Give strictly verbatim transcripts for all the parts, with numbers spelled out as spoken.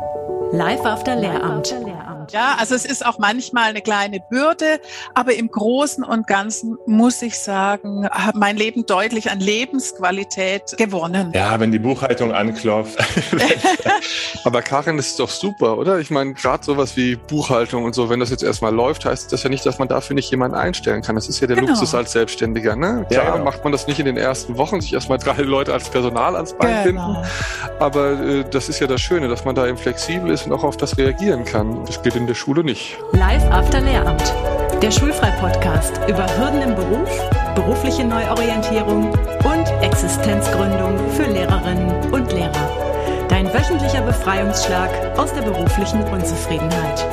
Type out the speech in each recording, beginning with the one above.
Live after Lehramt. Ja, also es ist auch manchmal eine kleine Bürde, aber im Großen und Ganzen muss ich sagen, hat mein Leben deutlich an Lebensqualität gewonnen. Ja, wenn die Buchhaltung anklopft. Aber Karin, das ist doch super, oder? Ich meine, gerade sowas wie Buchhaltung und so, wenn das jetzt erstmal läuft, heißt das ja nicht, dass man dafür nicht jemanden einstellen kann. Das ist ja der Genau. Luxus als Selbstständiger, ne? Klar, Ja, genau. macht man das nicht in den ersten Wochen, sich erstmal drei Leute als Personal ans Bein Genau. binden. Aber äh, das ist ja das Schöne, dass man da eben flexibel ist und auch auf das reagieren kann. Das geht in der Schule nicht. Live after Lehramt. Der Schulfrei-Podcast über Hürden im Beruf, berufliche Neuorientierung und Existenzgründung für Lehrerinnen und Lehrer. Dein wöchentlicher Befreiungsschlag aus der beruflichen Unzufriedenheit.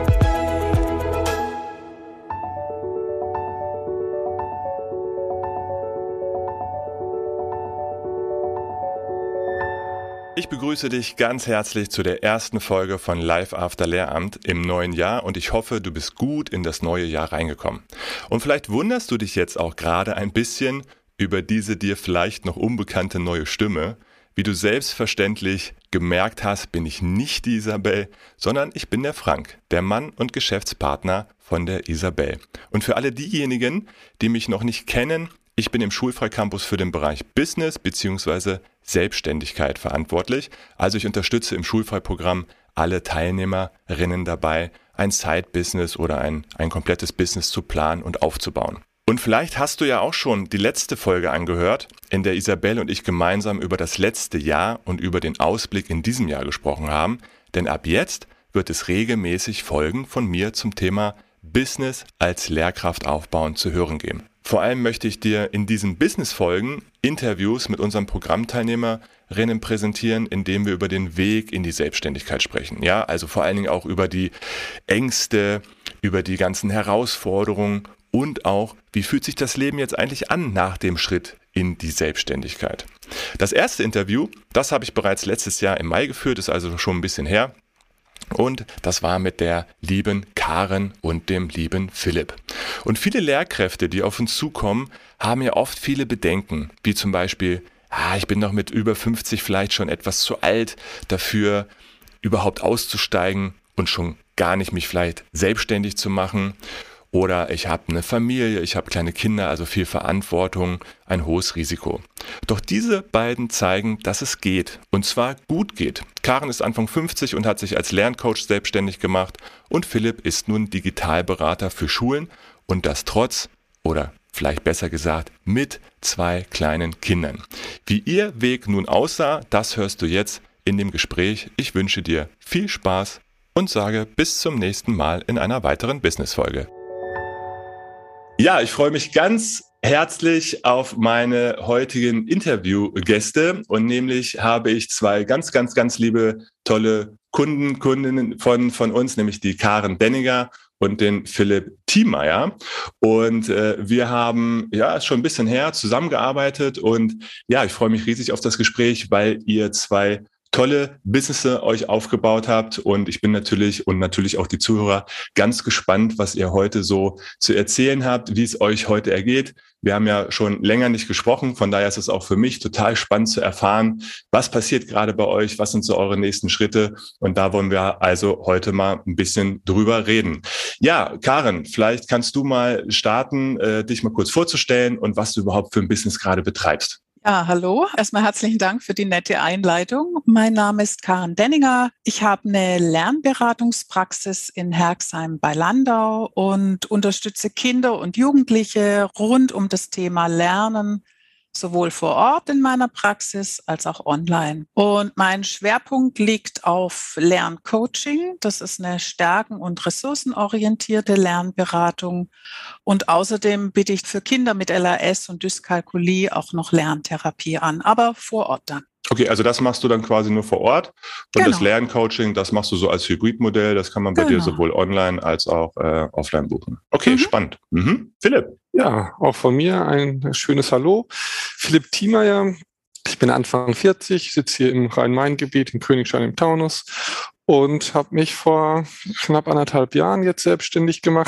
Ich begrüße dich ganz herzlich zu der ersten Folge von Live after Lehramt im neuen Jahr und ich hoffe, du bist gut in das neue Jahr reingekommen. Und vielleicht wunderst du dich jetzt auch gerade ein bisschen über diese dir vielleicht noch unbekannte neue Stimme. Wie du selbstverständlich gemerkt hast, bin ich nicht die Isabel, sondern ich bin der Frank, der Mann und Geschäftspartner von der Isabel. Und für alle diejenigen, die mich noch nicht kennen, ich bin im Schulfrei-Campus für den Bereich Business bzw. Selbstständigkeit verantwortlich. Also ich unterstütze im Schulfrei-Programm alle Teilnehmerinnen dabei, ein Side-Business oder ein, ein komplettes Business zu planen und aufzubauen. Und vielleicht hast du ja auch schon die letzte Folge angehört, in der Isabel und ich gemeinsam über das letzte Jahr und über den Ausblick in diesem Jahr gesprochen haben. Denn ab jetzt wird es regelmäßig Folgen von mir zum Thema Business als Lehrkraft aufbauen zu hören geben. Vor allem möchte ich dir in diesen Business-Folgen Interviews mit unseren Programmteilnehmerinnen präsentieren, indem wir über den Weg in die Selbstständigkeit sprechen. Ja, also vor allen Dingen auch über die Ängste, über die ganzen Herausforderungen und auch, wie fühlt sich das Leben jetzt eigentlich an nach dem Schritt in die Selbstständigkeit. Das erste Interview, das habe ich bereits letztes Jahr im Mai geführt, ist also schon ein bisschen her. Und das war mit der lieben Karin und dem lieben Philipp. Und viele Lehrkräfte, die auf uns zukommen, haben ja oft viele Bedenken, wie zum Beispiel, ah, ich bin doch mit über fünfzig vielleicht schon etwas zu alt dafür, überhaupt auszusteigen und schon gar nicht mich vielleicht selbstständig zu machen. Oder ich habe eine Familie, ich habe kleine Kinder, also viel Verantwortung, ein hohes Risiko. Doch diese beiden zeigen, dass es geht, und zwar gut geht. Karin ist Anfang fünfzig und hat sich als Lerncoach selbstständig gemacht und Philipp ist nun Digitalberater für Schulen und das trotz, oder vielleicht besser gesagt, mit zwei kleinen Kindern. Wie ihr Weg nun aussah, das hörst du jetzt in dem Gespräch. Ich wünsche dir viel Spaß und sage bis zum nächsten Mal in einer weiteren Business-Folge. Ja, ich freue mich ganz herzlich auf meine heutigen Interviewgäste und nämlich habe ich zwei ganz, ganz, ganz liebe, tolle Kunden, Kundinnen von, von uns, nämlich die Karin Denninger und den Philipp Thiemeyer. Und äh, wir haben, ja, ist schon ein bisschen her, zusammengearbeitet und ja, ich freue mich riesig auf das Gespräch, weil ihr zwei tolle Businesses euch aufgebaut habt und ich bin natürlich und natürlich auch die Zuhörer ganz gespannt, was ihr heute so zu erzählen habt, wie es euch heute ergeht. Wir haben ja schon länger nicht gesprochen, von daher ist es auch für mich total spannend zu erfahren, was passiert gerade bei euch, was sind so eure nächsten Schritte und da wollen wir also heute mal ein bisschen drüber reden. Ja, Karin, vielleicht kannst du mal starten, äh, dich mal kurz vorzustellen und was du überhaupt für ein Business gerade betreibst. Ja, hallo. Erstmal herzlichen Dank für die nette Einleitung. Mein Name ist Karin Denninger. Ich habe eine Lernberatungspraxis in Herxheim bei Landau und unterstütze Kinder und Jugendliche rund um das Thema Lernen, sowohl vor Ort in meiner Praxis als auch online. Und mein Schwerpunkt liegt auf Lerncoaching. Das ist eine stärken- und ressourcenorientierte Lernberatung. Und außerdem biete ich für Kinder mit L A S und Dyskalkulie auch noch Lerntherapie an, aber vor Ort dann. Okay, also das machst du dann quasi nur vor Ort und Genau. Das Lerncoaching, das machst du so als Hybridmodell, das kann man bei Genau. dir sowohl online als auch äh, offline buchen. Okay, Mhm. spannend. Mhm. Philipp. Ja, auch von mir ein schönes Hallo. Philipp Thiemeyer. Ich bin Anfang vierzig, sitze hier im Rhein-Main-Gebiet in Königstein im Taunus und habe mich vor knapp anderthalb Jahren jetzt selbstständig gemacht.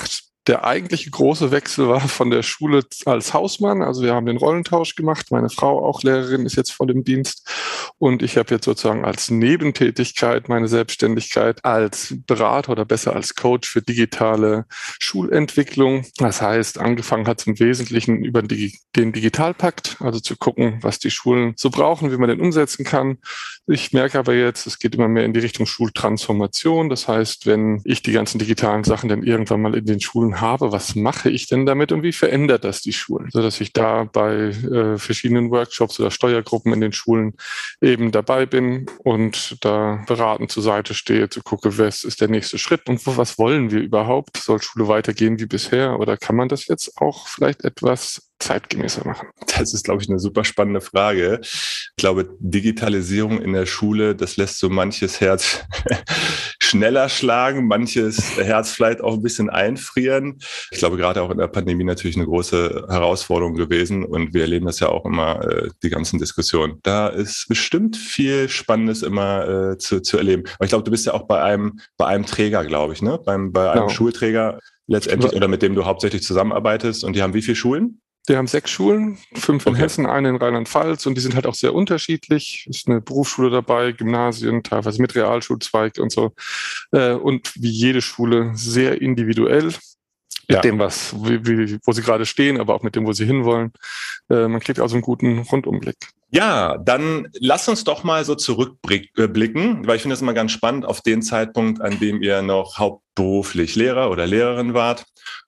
Der eigentliche große Wechsel war von der Schule als Hausmann. Also wir haben den Rollentausch gemacht. Meine Frau, auch Lehrerin, ist jetzt voll im Dienst. Und ich habe jetzt sozusagen als Nebentätigkeit meine Selbstständigkeit als Berater oder besser als Coach für digitale Schulentwicklung. Das heißt, angefangen hat es im Wesentlichen über den Digitalpakt, also zu gucken, was die Schulen so brauchen, wie man den umsetzen kann. Ich merke aber jetzt, es geht immer mehr in die Richtung Schultransformation. Das heißt, wenn ich die ganzen digitalen Sachen dann irgendwann mal in den Schulen habe, was mache ich denn damit und wie verändert das die Schulen? Sodass ich da bei äh, verschiedenen Workshops oder Steuergruppen in den Schulen eben dabei bin und da beratend zur Seite stehe, zu gucken, was ist der nächste Schritt und was wollen wir überhaupt? Soll Schule weitergehen wie bisher oder kann man das jetzt auch vielleicht etwas zeitgemäßer machen? Das ist, glaube ich, eine super spannende Frage. Ich glaube, Digitalisierung in der Schule, das lässt so manches Herz schneller schlagen, manches Herz vielleicht auch ein bisschen einfrieren. Ich glaube, gerade auch in der Pandemie natürlich eine große Herausforderung gewesen und wir erleben das ja auch immer, äh, die ganzen Diskussionen. Da ist bestimmt viel Spannendes immer äh, zu, zu erleben. Aber ich glaube, du bist ja auch bei einem, bei einem Träger, glaube ich, ne? Beim, bei einem Genau. Schulträger letztendlich oder mit dem du hauptsächlich zusammenarbeitest und die haben wie viele Schulen? Wir haben sechs Schulen, fünf in Okay. Hessen, eine in Rheinland-Pfalz und die sind halt auch sehr unterschiedlich. Es ist eine Berufsschule dabei, Gymnasien, teilweise mit Realschulzweig und so. Äh, Und wie jede Schule sehr individuell. Mit Ja. dem, was, wie, wie, wo sie gerade stehen, aber auch mit dem, wo sie hinwollen. Äh, Man kriegt also einen guten Rundumblick. Ja, dann lass uns doch mal so zurückblicken, weil ich finde es immer ganz spannend auf den Zeitpunkt, an dem ihr noch hauptberuflich Lehrer oder Lehrerin wart.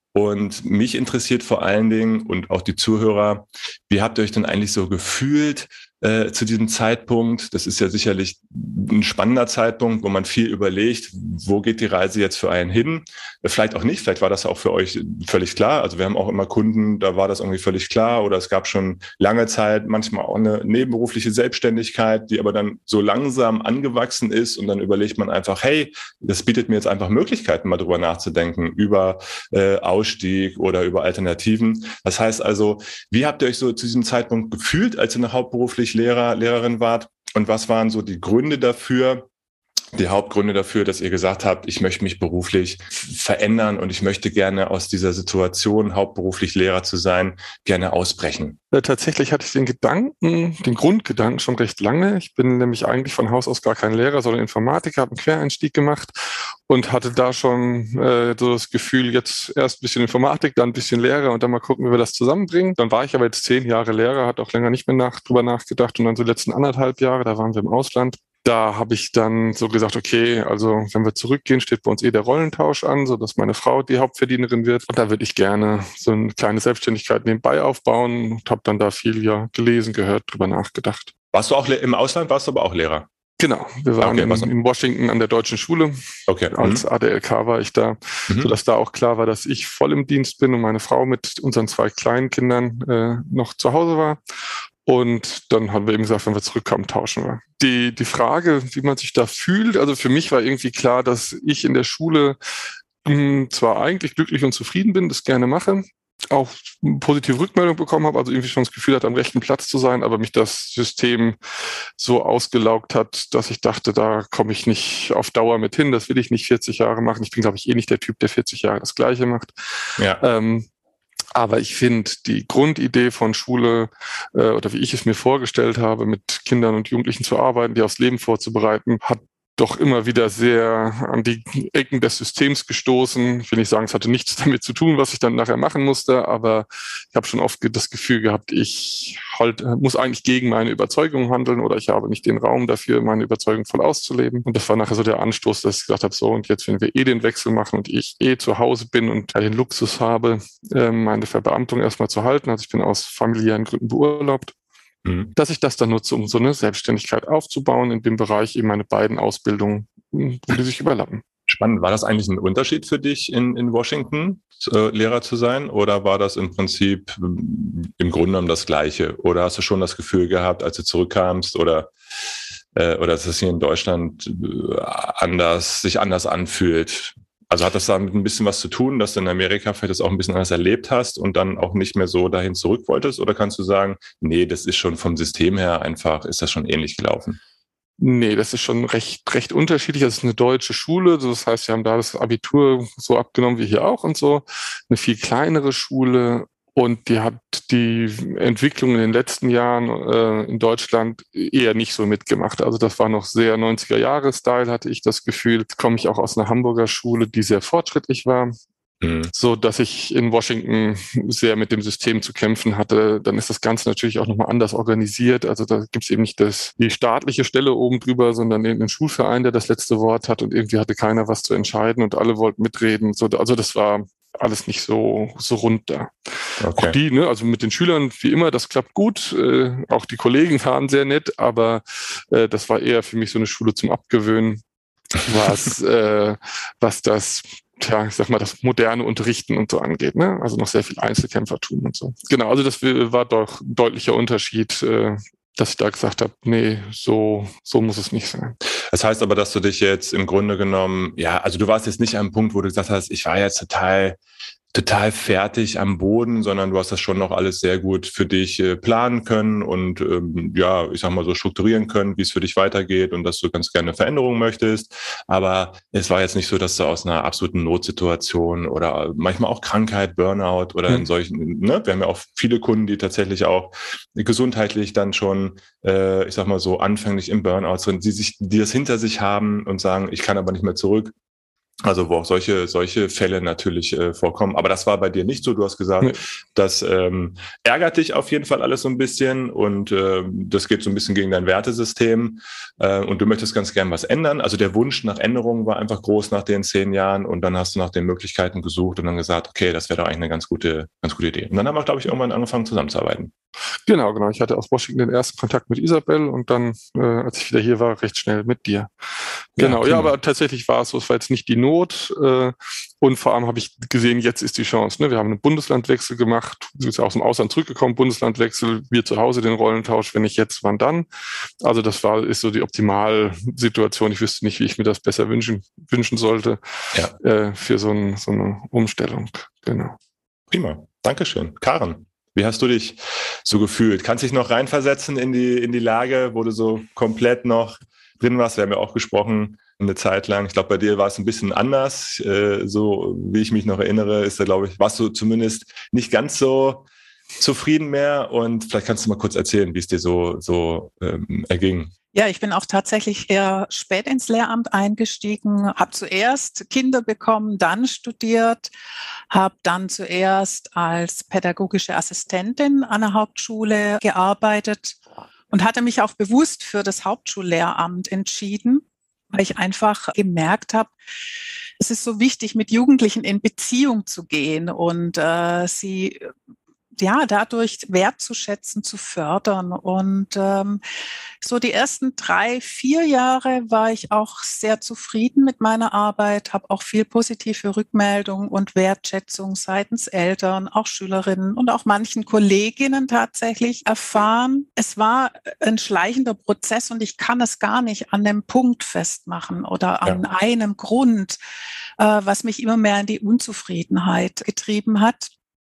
Und mich interessiert vor allen Dingen und auch die Zuhörer, wie habt ihr euch denn eigentlich so gefühlt äh, zu diesem Zeitpunkt? Das ist ja sicherlich ein spannender Zeitpunkt, wo man viel überlegt, wo geht die Reise jetzt für einen hin? Vielleicht auch nicht, vielleicht war das auch für euch völlig klar. Also wir haben auch immer Kunden, da war das irgendwie völlig klar oder es gab schon lange Zeit manchmal auch eine nebenberufliche Selbstständigkeit, die aber dann so langsam angewachsen ist und dann überlegt man einfach, hey, das bietet mir jetzt einfach Möglichkeiten, mal drüber nachzudenken, über äh, Ausstieg oder über Alternativen. Das heißt also, wie habt ihr euch so zu diesem Zeitpunkt gefühlt, als ihr noch hauptberuflich Lehrer, Lehrerin wart? Und was waren so die Gründe dafür, die Hauptgründe dafür, dass ihr gesagt habt, ich möchte mich beruflich verändern und ich möchte gerne aus dieser Situation, hauptberuflich Lehrer zu sein, gerne ausbrechen? Äh, Tatsächlich hatte ich den Gedanken, den Grundgedanken schon recht lange. Ich bin nämlich eigentlich von Haus aus gar kein Lehrer, sondern Informatiker, habe einen Quereinstieg gemacht und hatte da schon äh, so das Gefühl, jetzt erst ein bisschen Informatik, dann ein bisschen Lehrer und dann mal gucken, wie wir das zusammenbringen. Dann war ich aber jetzt zehn Jahre Lehrer, hatte auch länger nicht mehr nach, drüber nachgedacht und dann so die letzten anderthalb Jahre, da waren wir im Ausland. Da habe ich dann so gesagt, okay, also wenn wir zurückgehen, steht bei uns eh der Rollentausch an, so dass meine Frau die Hauptverdienerin wird. Und da würde ich gerne so eine kleine Selbstständigkeit nebenbei aufbauen und habe dann da viel ja gelesen, gehört, drüber nachgedacht. Warst du auch le- im Ausland, warst du aber auch Lehrer? Genau, wir waren Okay, was- in, in Washington an der Deutschen Schule. Okay. Als A D L K war ich da, Mhm. sodass da auch klar war, dass ich voll im Dienst bin und meine Frau mit unseren zwei kleinen Kindern äh, noch zu Hause war. Und dann haben wir eben gesagt, wenn wir zurückkommen, tauschen wir. Die, die Frage, wie man sich da fühlt, also für mich war irgendwie klar, dass ich in der Schule mh, zwar eigentlich glücklich und zufrieden bin, das gerne mache, auch eine positive Rückmeldung bekommen habe, also irgendwie schon das Gefühl hatte, am rechten Platz zu sein, aber mich das System so ausgelaugt hat, dass ich dachte, da komme ich nicht auf Dauer mit hin, das will ich nicht vierzig Jahre machen. Ich bin, glaube ich, eh nicht der Typ, der vierzig Jahre das Gleiche macht. Ja. Ähm, Aber ich finde, die Grundidee von Schule äh, oder wie ich es mir vorgestellt habe, mit Kindern und Jugendlichen zu arbeiten, die aufs Leben vorzubereiten, hat doch immer wieder sehr an die Ecken des Systems gestoßen. Ich will nicht sagen, es hatte nichts damit zu tun, was ich dann nachher machen musste, aber ich habe schon oft das Gefühl gehabt, ich halt, muss eigentlich gegen meine Überzeugung handeln oder ich habe nicht den Raum dafür, meine Überzeugung voll auszuleben. Und das war nachher so der Anstoß, dass ich gesagt habe, so und jetzt, wenn wir eh den Wechsel machen und ich eh zu Hause bin und den Luxus habe, meine Verbeamtung erstmal zu halten, also ich bin aus familiären Gründen beurlaubt, dass ich das dann nutze, um so eine Selbstständigkeit aufzubauen, in dem Bereich eben meine beiden Ausbildungen, wo die sich überlappen. Spannend. War das eigentlich ein Unterschied für dich, in, in Washington äh, Lehrer zu sein? Oder war das im Prinzip ähm, im Grunde genommen das Gleiche? Oder hast du schon das Gefühl gehabt, als du zurückkamst oder, äh, oder dass es hier in Deutschland äh, anders, sich anders anfühlt? Also hat das damit ein bisschen was zu tun, dass du in Amerika vielleicht das auch ein bisschen anders erlebt hast und dann auch nicht mehr so dahin zurück wolltest? Oder kannst du sagen, nee, das ist schon vom System her einfach, ist das schon ähnlich gelaufen? Nee, das ist schon recht, recht unterschiedlich. Das ist eine deutsche Schule. Das heißt, wir haben da das Abitur so abgenommen wie hier auch und so. Eine viel kleinere Schule. Und die hat die Entwicklung in den letzten Jahren äh, in Deutschland eher nicht so mitgemacht. Also das war noch sehr neunziger-Jahre-Style, hatte ich das Gefühl. Jetzt komme ich auch aus einer Hamburger Schule, die sehr fortschrittlich war. So dass ich in Washington sehr mit dem System zu kämpfen hatte. Dann ist das Ganze natürlich auch nochmal anders organisiert. Also da gibt es eben nicht das, die staatliche Stelle oben drüber, sondern irgendeinen Schulverein, der das letzte Wort hat, und irgendwie hatte keiner was zu entscheiden und alle wollten mitreden. So, also das war alles nicht so, so rund da. Okay. Auch die, ne, also mit den Schülern, wie immer, das klappt gut. Äh, auch die Kollegen waren sehr nett, aber äh, das war eher für mich so eine Schule zum Abgewöhnen, was, äh, was das Tja, ich sag mal, das moderne Unterrichten und so angeht, ne? Also noch sehr viel Einzelkämpfertum und so. Genau, also das war doch ein deutlicher Unterschied, äh, dass ich da gesagt habe, nee, so, so muss es nicht sein. Das heißt aber, dass du dich jetzt im Grunde genommen, ja, also du warst jetzt nicht am Punkt, wo du gesagt hast, ich war jetzt total total fertig am Boden, sondern du hast das schon noch alles sehr gut für dich äh, planen können und ähm, ja, ich sag mal so strukturieren können, wie es für dich weitergeht und dass du ganz gerne Veränderungen möchtest. Aber es war jetzt nicht so, dass du aus einer absoluten Notsituation oder manchmal auch Krankheit, Burnout oder mhm. in solchen, ne, wir haben ja auch viele Kunden, die tatsächlich auch gesundheitlich dann schon, äh, ich sag mal so anfänglich im Burnout sind, die sich, die das hinter sich haben und sagen, ich kann aber nicht mehr zurück. Also wo auch solche solche Fälle natürlich äh, vorkommen. Aber das war bei dir nicht so. Du hast gesagt, nee. das ähm, ärgert dich auf jeden Fall alles so ein bisschen und äh, das geht so ein bisschen gegen dein Wertesystem äh, und du möchtest ganz gern was ändern. Also der Wunsch nach Änderungen war einfach groß nach den zehn Jahren und dann hast du nach den Möglichkeiten gesucht und dann gesagt, okay, das wäre doch eigentlich eine ganz gute ganz gute Idee. Und dann haben wir, glaube ich, irgendwann angefangen zusammenzuarbeiten. Genau, genau. Ich hatte aus Washington den ersten Kontakt mit Isabel und dann, äh, als ich wieder hier war, recht schnell mit dir. Genau, ja, ja, aber tatsächlich war es so, es war jetzt nicht die Not äh, und vor allem habe ich gesehen, jetzt ist die Chance. Ne? Wir haben einen Bundeslandwechsel gemacht, du bist aus dem Ausland zurückgekommen, Bundeslandwechsel, wir zu Hause den Rollentausch, wenn nicht jetzt, wann dann? Also das war ist so die Optimalsituation. Ich wüsste nicht, wie ich mir das besser wünschen wünschen sollte ja. äh, für so, ein, so eine Umstellung. Genau. Prima, Dankeschön. Karen, wie hast du dich so gefühlt? Kannst dich noch reinversetzen in die in die Lage, wo du so komplett noch drin warst? Wir haben ja auch gesprochen eine Zeit lang. Ich glaube, bei dir war es ein bisschen anders. Äh, so wie ich mich noch erinnere, ist da, glaube ich, warst du zumindest nicht ganz so zufrieden mehr. Und vielleicht kannst du mal kurz erzählen, wie es dir so so ähm, erging. Ja, ich bin auch tatsächlich eher spät ins Lehramt eingestiegen, habe zuerst Kinder bekommen, dann studiert, habe dann zuerst als pädagogische Assistentin an der Hauptschule gearbeitet und hatte mich auch bewusst für das Hauptschullehramt entschieden, weil ich einfach gemerkt habe, es ist so wichtig, mit Jugendlichen in Beziehung zu gehen und äh, sie ja dadurch wertzuschätzen, zu fördern. Und ähm, so die ersten drei, vier Jahre war ich auch sehr zufrieden mit meiner Arbeit, habe auch viel positive Rückmeldung und Wertschätzung seitens Eltern, auch Schülerinnen und auch manchen Kolleginnen tatsächlich erfahren. Es war ein schleichender Prozess und ich kann es gar nicht an einem Punkt festmachen oder an ja. einem Grund, äh, was mich immer mehr in die Unzufriedenheit getrieben hat.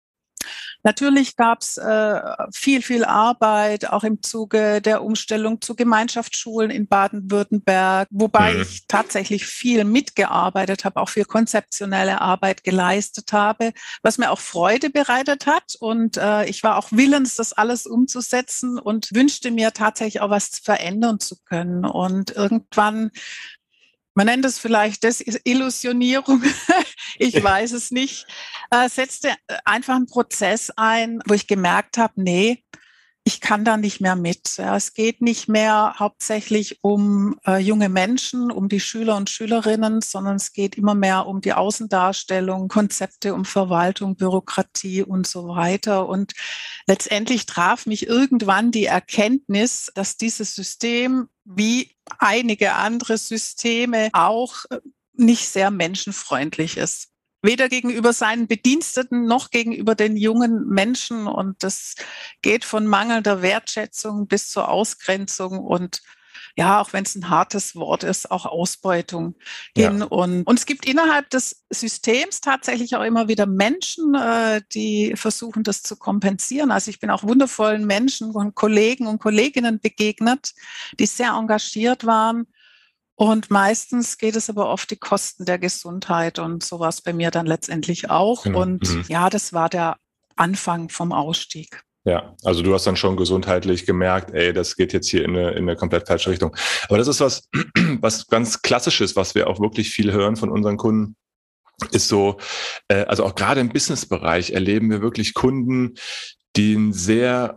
Natürlich gab es äh, viel, viel Arbeit, auch im Zuge der Umstellung zu Gemeinschaftsschulen in Baden-Württemberg, wobei mhm. ich tatsächlich viel mitgearbeitet habe, auch viel konzeptionelle Arbeit geleistet habe, was mir auch Freude bereitet hat. Und äh, ich war auch willens, das alles umzusetzen und wünschte mir tatsächlich auch was verändern zu können. Und irgendwann, man nennt es vielleicht Desillusionierung, ich weiß es nicht, äh, setzte einfach einen Prozess ein, wo ich gemerkt habe, nee, ich kann da nicht mehr mit. Ja, es geht nicht mehr hauptsächlich um äh, junge Menschen, um die Schüler und Schülerinnen, sondern es geht immer mehr um die Außendarstellung, Konzepte, um Verwaltung, Bürokratie und so weiter. Und letztendlich traf mich irgendwann die Erkenntnis, dass dieses System wie einige andere Systeme auch nicht sehr menschenfreundlich ist. Weder gegenüber seinen Bediensteten noch gegenüber den jungen Menschen. Und das geht von mangelnder Wertschätzung bis zur Ausgrenzung. Und ja, auch wenn es ein hartes Wort ist, auch Ausbeutung hin. Ja. Und, und es gibt innerhalb des Systems tatsächlich auch immer wieder Menschen, äh, die versuchen, das zu kompensieren. Also ich bin auch wundervollen Menschen und Kollegen und Kolleginnen begegnet, die sehr engagiert waren. Und meistens geht es aber auf die Kosten der Gesundheit und so war es bei mir dann letztendlich auch. Genau. Und mhm. ja, das war der Anfang vom Ausstieg. Ja, also du hast dann schon gesundheitlich gemerkt, ey, das geht jetzt hier in eine, in eine komplett falsche Richtung. Aber das ist was, was ganz Klassisches, was wir auch wirklich viel hören von unseren Kunden, ist so, äh, also auch gerade im Businessbereich erleben wir wirklich Kunden, die ein sehr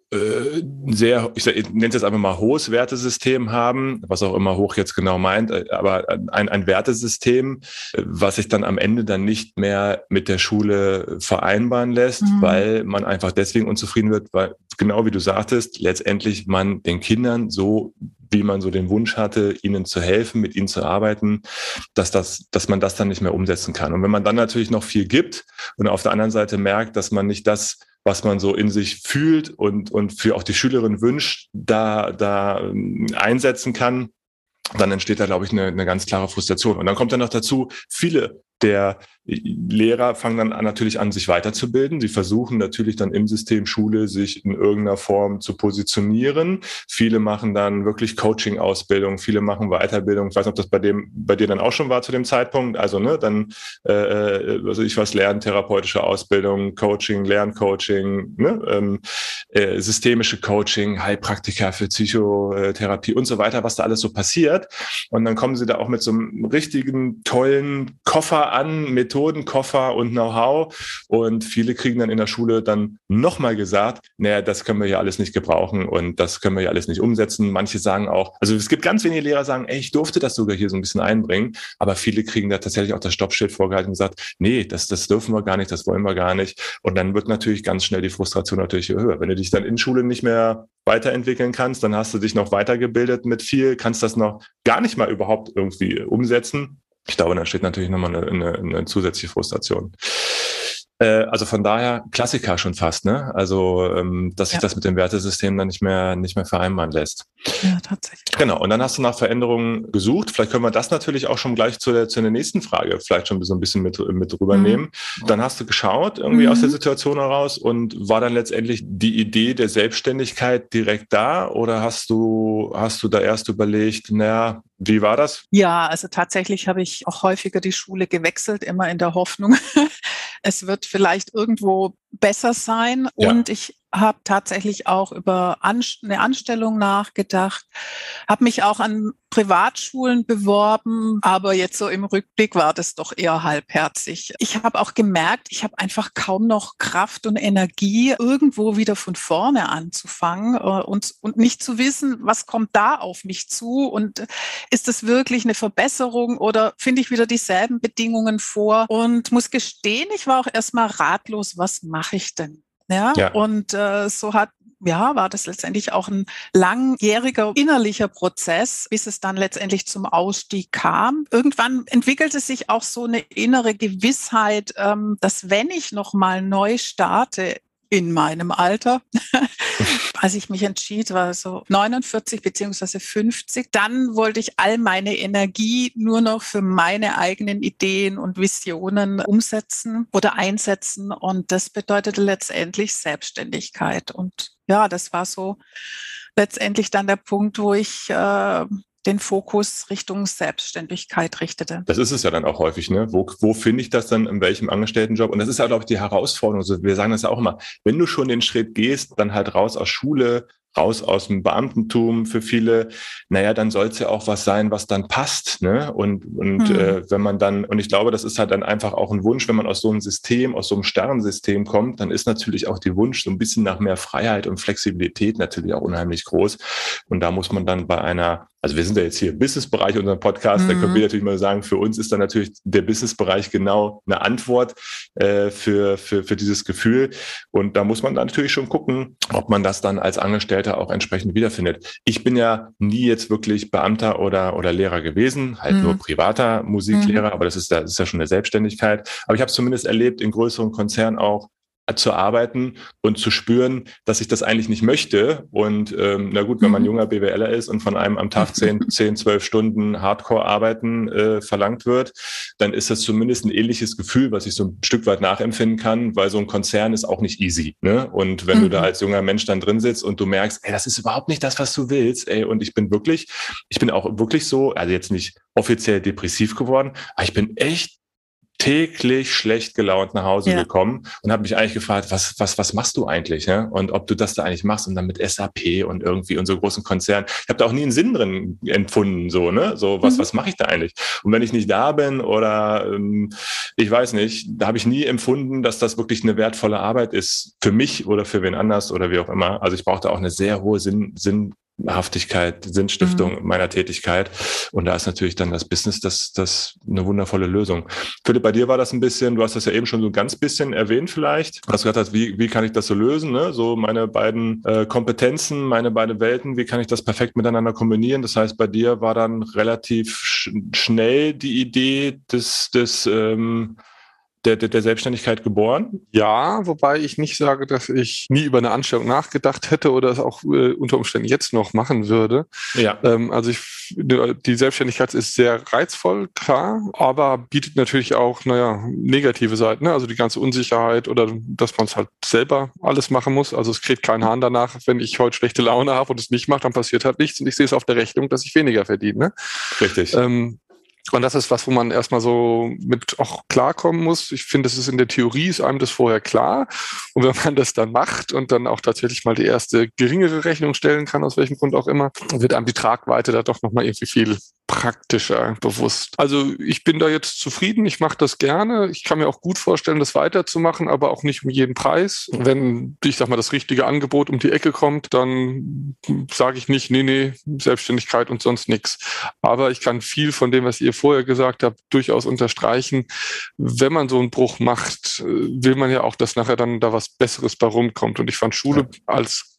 Äh, sehr, ich, ich nenne es jetzt einfach mal hohes Wertesystem haben, was auch immer hoch jetzt genau meint, aber ein, ein Wertesystem, was sich dann am Ende dann nicht mehr mit der Schule vereinbaren lässt, mhm. weil man einfach deswegen unzufrieden wird, weil genau wie du sagtest, letztendlich man den Kindern so, wie man so den Wunsch hatte, ihnen zu helfen, mit ihnen zu arbeiten, dass das, dass man das dann nicht mehr umsetzen kann. Und wenn man dann natürlich noch viel gibt und auf der anderen Seite merkt, dass man nicht das, was man so in sich fühlt und, und für auch die Schülerin wünscht, da, da einsetzen kann, dann entsteht da, glaube ich, eine, eine ganz klare Frustration. Und dann kommt dann noch dazu, viele der Lehrer fangen dann an, natürlich an, sich weiterzubilden. Sie versuchen natürlich dann im System Schule sich in irgendeiner Form zu positionieren. Viele machen dann wirklich Coaching-Ausbildung, viele machen Weiterbildung. Ich weiß nicht, ob das bei dem, bei dir dann auch schon war zu dem Zeitpunkt. Also, ne, dann, äh, also ich was lernen, therapeutische Ausbildung, Coaching, Lerncoaching, ne, ähm, äh, systemische Coaching, Heilpraktiker für Psychotherapie und so weiter, was da alles so passiert. Und dann kommen sie da auch mit so einem richtigen, tollen Koffer an, Methodenkoffer und Know-how. Und viele kriegen dann in der Schule dann nochmal gesagt, naja, das können wir ja alles nicht gebrauchen und das können wir ja alles nicht umsetzen. Manche sagen auch, also es gibt ganz wenige Lehrer, die sagen, ey, ich durfte das sogar hier so ein bisschen einbringen. Aber viele kriegen da tatsächlich auch das Stoppschild vorgehalten und gesagt, nee, das, das dürfen wir gar nicht, das wollen wir gar nicht. Und dann wird natürlich ganz schnell die Frustration natürlich höher. Wenn du dich dann in Schule nicht mehr weiterentwickeln kannst, dann hast du dich noch weitergebildet mit viel, kannst das noch gar nicht mal überhaupt irgendwie umsetzen. Ich glaube, dann steht natürlich nochmal eine, eine, eine zusätzliche Frustration. Äh, also von daher Klassiker schon fast, ne? Also, ähm, dass sich ja. das mit dem Wertesystem dann nicht mehr, nicht mehr vereinbaren lässt. Ja, tatsächlich. Genau. Und dann hast du nach Veränderungen gesucht. Vielleicht können wir das natürlich auch schon gleich zu der, zu der nächsten Frage vielleicht schon so ein bisschen mit, mit rübernehmen. Mhm. Dann hast du geschaut irgendwie mhm. aus der Situation heraus und war dann letztendlich die Idee der Selbstständigkeit direkt da oder hast du, hast du da erst überlegt, naja, wie war das? Ja, also tatsächlich habe ich auch häufiger die Schule gewechselt, immer in der Hoffnung, es wird vielleicht irgendwo besser sein. Ja. Und ich habe tatsächlich auch über eine Anstellung nachgedacht, habe mich auch an Privatschulen beworben, aber jetzt so im Rückblick war das doch eher halbherzig. Ich habe auch gemerkt, ich habe einfach kaum noch Kraft und Energie, irgendwo wieder von vorne anzufangen und, und nicht zu wissen, was kommt da auf mich zu und ist das wirklich eine Verbesserung oder finde ich wieder dieselben Bedingungen vor und muss gestehen, ich war auch erstmal ratlos, was mache ich denn? Ja, ja. Und äh, so hat, ja, war das letztendlich auch ein langjähriger innerlicher Prozess, bis es dann letztendlich zum Ausstieg kam. Irgendwann entwickelte sich auch so eine innere Gewissheit, ähm, dass wenn ich nochmal neu starte, in meinem Alter, als ich mich entschied, war so neunundvierzig beziehungsweise fünfzig, dann wollte ich all meine Energie nur noch für meine eigenen Ideen und Visionen umsetzen oder einsetzen. Und das bedeutete letztendlich Selbstständigkeit. Und ja, das war so letztendlich dann der Punkt, wo ich äh, den Fokus Richtung Selbstständigkeit richtete. Das ist es ja dann auch häufig, ne? Wo, wo finde ich das dann, in welchem Angestelltenjob? Und das ist ja, glaube ich, die Herausforderung. Also wir sagen das ja auch immer, wenn du schon den Schritt gehst, dann halt raus aus Schule, raus aus dem Beamtentum für viele, naja, dann soll es ja auch was sein, was dann passt, ne? Und, und hm. äh, wenn man dann, und ich glaube, das ist halt dann einfach auch ein Wunsch, wenn man aus so einem System, aus so einem starren System kommt, dann ist natürlich auch die Wunsch so ein bisschen nach mehr Freiheit und Flexibilität natürlich auch unheimlich groß. Und da muss man dann bei einer, also wir sind ja jetzt hier im Businessbereich unserem Podcast, mhm. da können wir natürlich mal sagen, für uns ist dann natürlich der Businessbereich genau eine Antwort äh, für, für, für dieses Gefühl. Und da muss man dann natürlich schon gucken, ob man das dann als Angestellter auch entsprechend wiederfindet. Ich bin ja nie jetzt wirklich Beamter oder, oder Lehrer gewesen, halt mhm. nur privater Musiklehrer, mhm. aber das ist, ja, das ist ja schon eine Selbstständigkeit. Aber ich habe es zumindest erlebt in größeren Konzernen auch, zu arbeiten und zu spüren, dass ich das eigentlich nicht möchte. Und ähm, na gut, wenn man junger BWLer ist und von einem am Tag zehn, zehn, zwölf Stunden Hardcore-Arbeiten äh, verlangt wird, dann ist das zumindest ein ähnliches Gefühl, was ich so ein Stück weit nachempfinden kann, weil so ein Konzern ist auch nicht easy. Ne? Und wenn mhm. du da als junger Mensch dann drin sitzt und du merkst, ey, das ist überhaupt nicht das, was du willst, ey, und ich bin wirklich, ich bin auch wirklich so, also jetzt nicht offiziell depressiv geworden, aber ich bin echt täglich schlecht gelaunt nach Hause ja. gekommen und habe mich eigentlich gefragt, was was was machst du eigentlich, ne? Und ob du das da eigentlich machst und dann mit S A P und irgendwie und so großen Konzernen. Ich habe da auch nie einen Sinn drin empfunden, so ne, so was mhm. was mache ich da eigentlich? Und wenn ich nicht da bin oder ähm, ich weiß nicht, da habe ich nie empfunden, dass das wirklich eine wertvolle Arbeit ist für mich oder für wen anders oder wie auch immer. Also ich brauchte auch eine sehr hohe Sinn Sinn Haftigkeit, Sinnstiftung mhm. meiner Tätigkeit. Und da ist natürlich dann das Business das, das eine wundervolle Lösung. Philipp, bei dir war das ein bisschen, du hast das ja eben schon so ein ganz bisschen erwähnt vielleicht. Du hast gesagt, wie, wie kann ich das so lösen? Ne? So meine beiden äh, Kompetenzen, meine beiden Welten, wie kann ich das perfekt miteinander kombinieren? Das heißt, bei dir war dann relativ sch- schnell die Idee des, des ähm, Der, der, der Selbstständigkeit geboren? Ja, wobei ich nicht sage, dass ich nie über eine Anstellung nachgedacht hätte oder es auch äh, unter Umständen jetzt noch machen würde. Ja. Ähm, also ich, die Selbstständigkeit ist sehr reizvoll, klar, aber bietet natürlich auch, naja, negative Seiten, ne? Also die ganze Unsicherheit oder dass man es halt selber alles machen muss. Also es kriegt keinen Hahn danach, wenn ich heute schlechte Laune habe und es nicht mache, dann passiert halt nichts und ich sehe es auf der Rechnung, dass ich weniger verdiene. Ne? Richtig. Ähm, Und das ist was, wo man erstmal so mit auch klarkommen muss. Ich finde, es ist in der Theorie, ist einem das vorher klar. Und wenn man das dann macht und dann auch tatsächlich mal die erste geringere Rechnung stellen kann, aus welchem Grund auch immer, wird einem die Tragweite da doch nochmal irgendwie viel praktischer bewusst. Also ich bin da jetzt zufrieden, ich mache das gerne. Ich kann mir auch gut vorstellen, das weiterzumachen, aber auch nicht um jeden Preis. Wenn, ich sag mal, das richtige Angebot um die Ecke kommt, dann sage ich nicht, nee, nee, Selbstständigkeit und sonst nichts. Aber ich kann viel von dem, was ihr vorher gesagt habt, durchaus unterstreichen. Wenn man so einen Bruch macht, will man ja auch, dass nachher dann da was Besseres bei rumkommt. Und ich fand Schule ja. als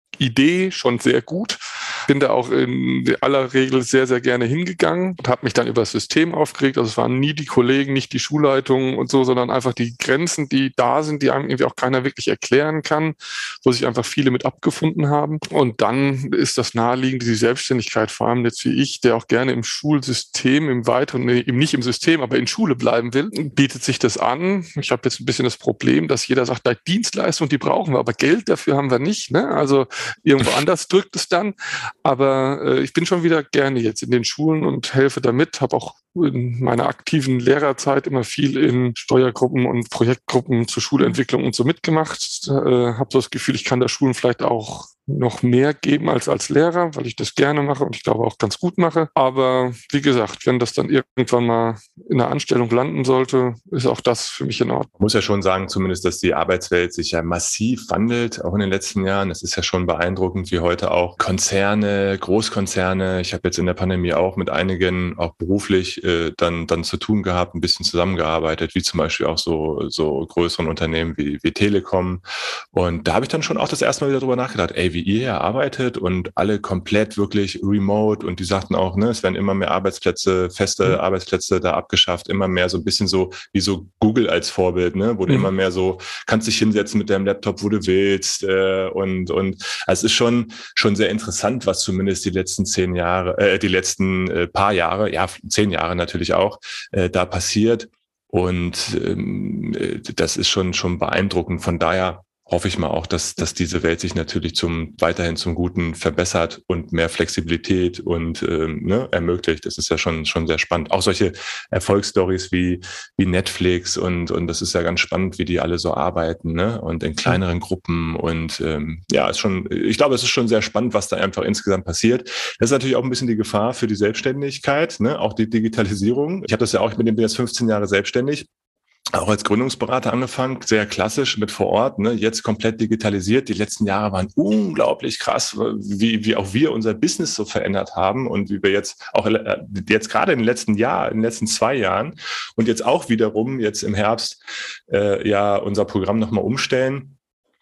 Idee schon sehr gut. Bin da auch in aller Regel sehr, sehr gerne hingegangen und habe mich dann über das System aufgeregt. Also es waren nie die Kollegen, nicht die Schulleitungen und so, sondern einfach die Grenzen, die da sind, die einem irgendwie auch keiner wirklich erklären kann, wo sich einfach viele mit abgefunden haben. Und dann ist das naheliegend, die Selbstständigkeit, vor allem jetzt wie ich, der auch gerne im Schulsystem, im weiteren, nee, eben nicht im System, aber in Schule bleiben will, bietet sich das an. Ich habe jetzt ein bisschen das Problem, dass jeder sagt, da Dienstleistung, die brauchen wir, aber Geld dafür haben wir nicht. Ne? Also irgendwo anders drückt es dann. Aber äh, ich bin schon wieder gerne jetzt in den Schulen und helfe damit. Habe auch in meiner aktiven Lehrerzeit immer viel in Steuergruppen und Projektgruppen zur Schulentwicklung und so mitgemacht. Äh, habe so das Gefühl, ich kann der Schulen vielleicht auch noch mehr geben als als Lehrer, weil ich das gerne mache und ich glaube auch ganz gut mache. Aber wie gesagt, wenn das dann irgendwann mal in einer Anstellung landen sollte, ist auch das für mich in Ordnung. Ich muss ja schon sagen, zumindest, dass die Arbeitswelt sich ja massiv wandelt, auch in den letzten Jahren. Es ist ja schon beeindruckend, wie heute auch Konzerne, Großkonzerne, ich habe jetzt in der Pandemie auch mit einigen auch beruflich äh, dann dann zu tun gehabt, ein bisschen zusammengearbeitet, wie zum Beispiel auch so so größeren Unternehmen wie wie Telekom. Und da habe ich dann schon auch das erste Mal wieder drüber nachgedacht, ey, wie ihr hier arbeitet und alle komplett wirklich remote und die sagten auch, ne, es werden immer mehr Arbeitsplätze, feste mhm. Arbeitsplätze da abgeschafft, immer mehr so ein bisschen so wie so Google als Vorbild, ne, wo mhm. du immer mehr so, kannst dich hinsetzen mit deinem Laptop, wo du willst äh, und und also es ist schon schon sehr interessant, was zumindest die letzten zehn Jahre, äh, die letzten äh, paar Jahre, ja zehn Jahre natürlich auch, äh, da passiert und ähm, das ist schon schon beeindruckend. Von daher hoffe ich mal auch, dass dass diese Welt sich natürlich zum weiterhin zum Guten verbessert und mehr Flexibilität und ähm, ne, ermöglicht. Das ist ja schon schon sehr spannend. Auch solche Erfolgsstories wie wie Netflix und und das ist ja ganz spannend, wie die alle so arbeiten, ne, und in kleineren Gruppen und ähm, ja, ist schon. Ich glaube, es ist schon sehr spannend, was da einfach insgesamt passiert. Das ist natürlich auch ein bisschen die Gefahr für die Selbstständigkeit, ne, auch die Digitalisierung. Ich habe das ja auch, ich bin jetzt fünfzehn Jahre selbstständig. Auch als Gründungsberater angefangen, sehr klassisch mit vor Ort, ne, jetzt komplett digitalisiert. Die letzten Jahre waren unglaublich krass, wie wie auch wir unser Business so verändert haben und wie wir jetzt auch jetzt gerade in den letzten Jahren, in den letzten zwei Jahren und jetzt auch wiederum jetzt im Herbst äh, ja unser Programm nochmal umstellen.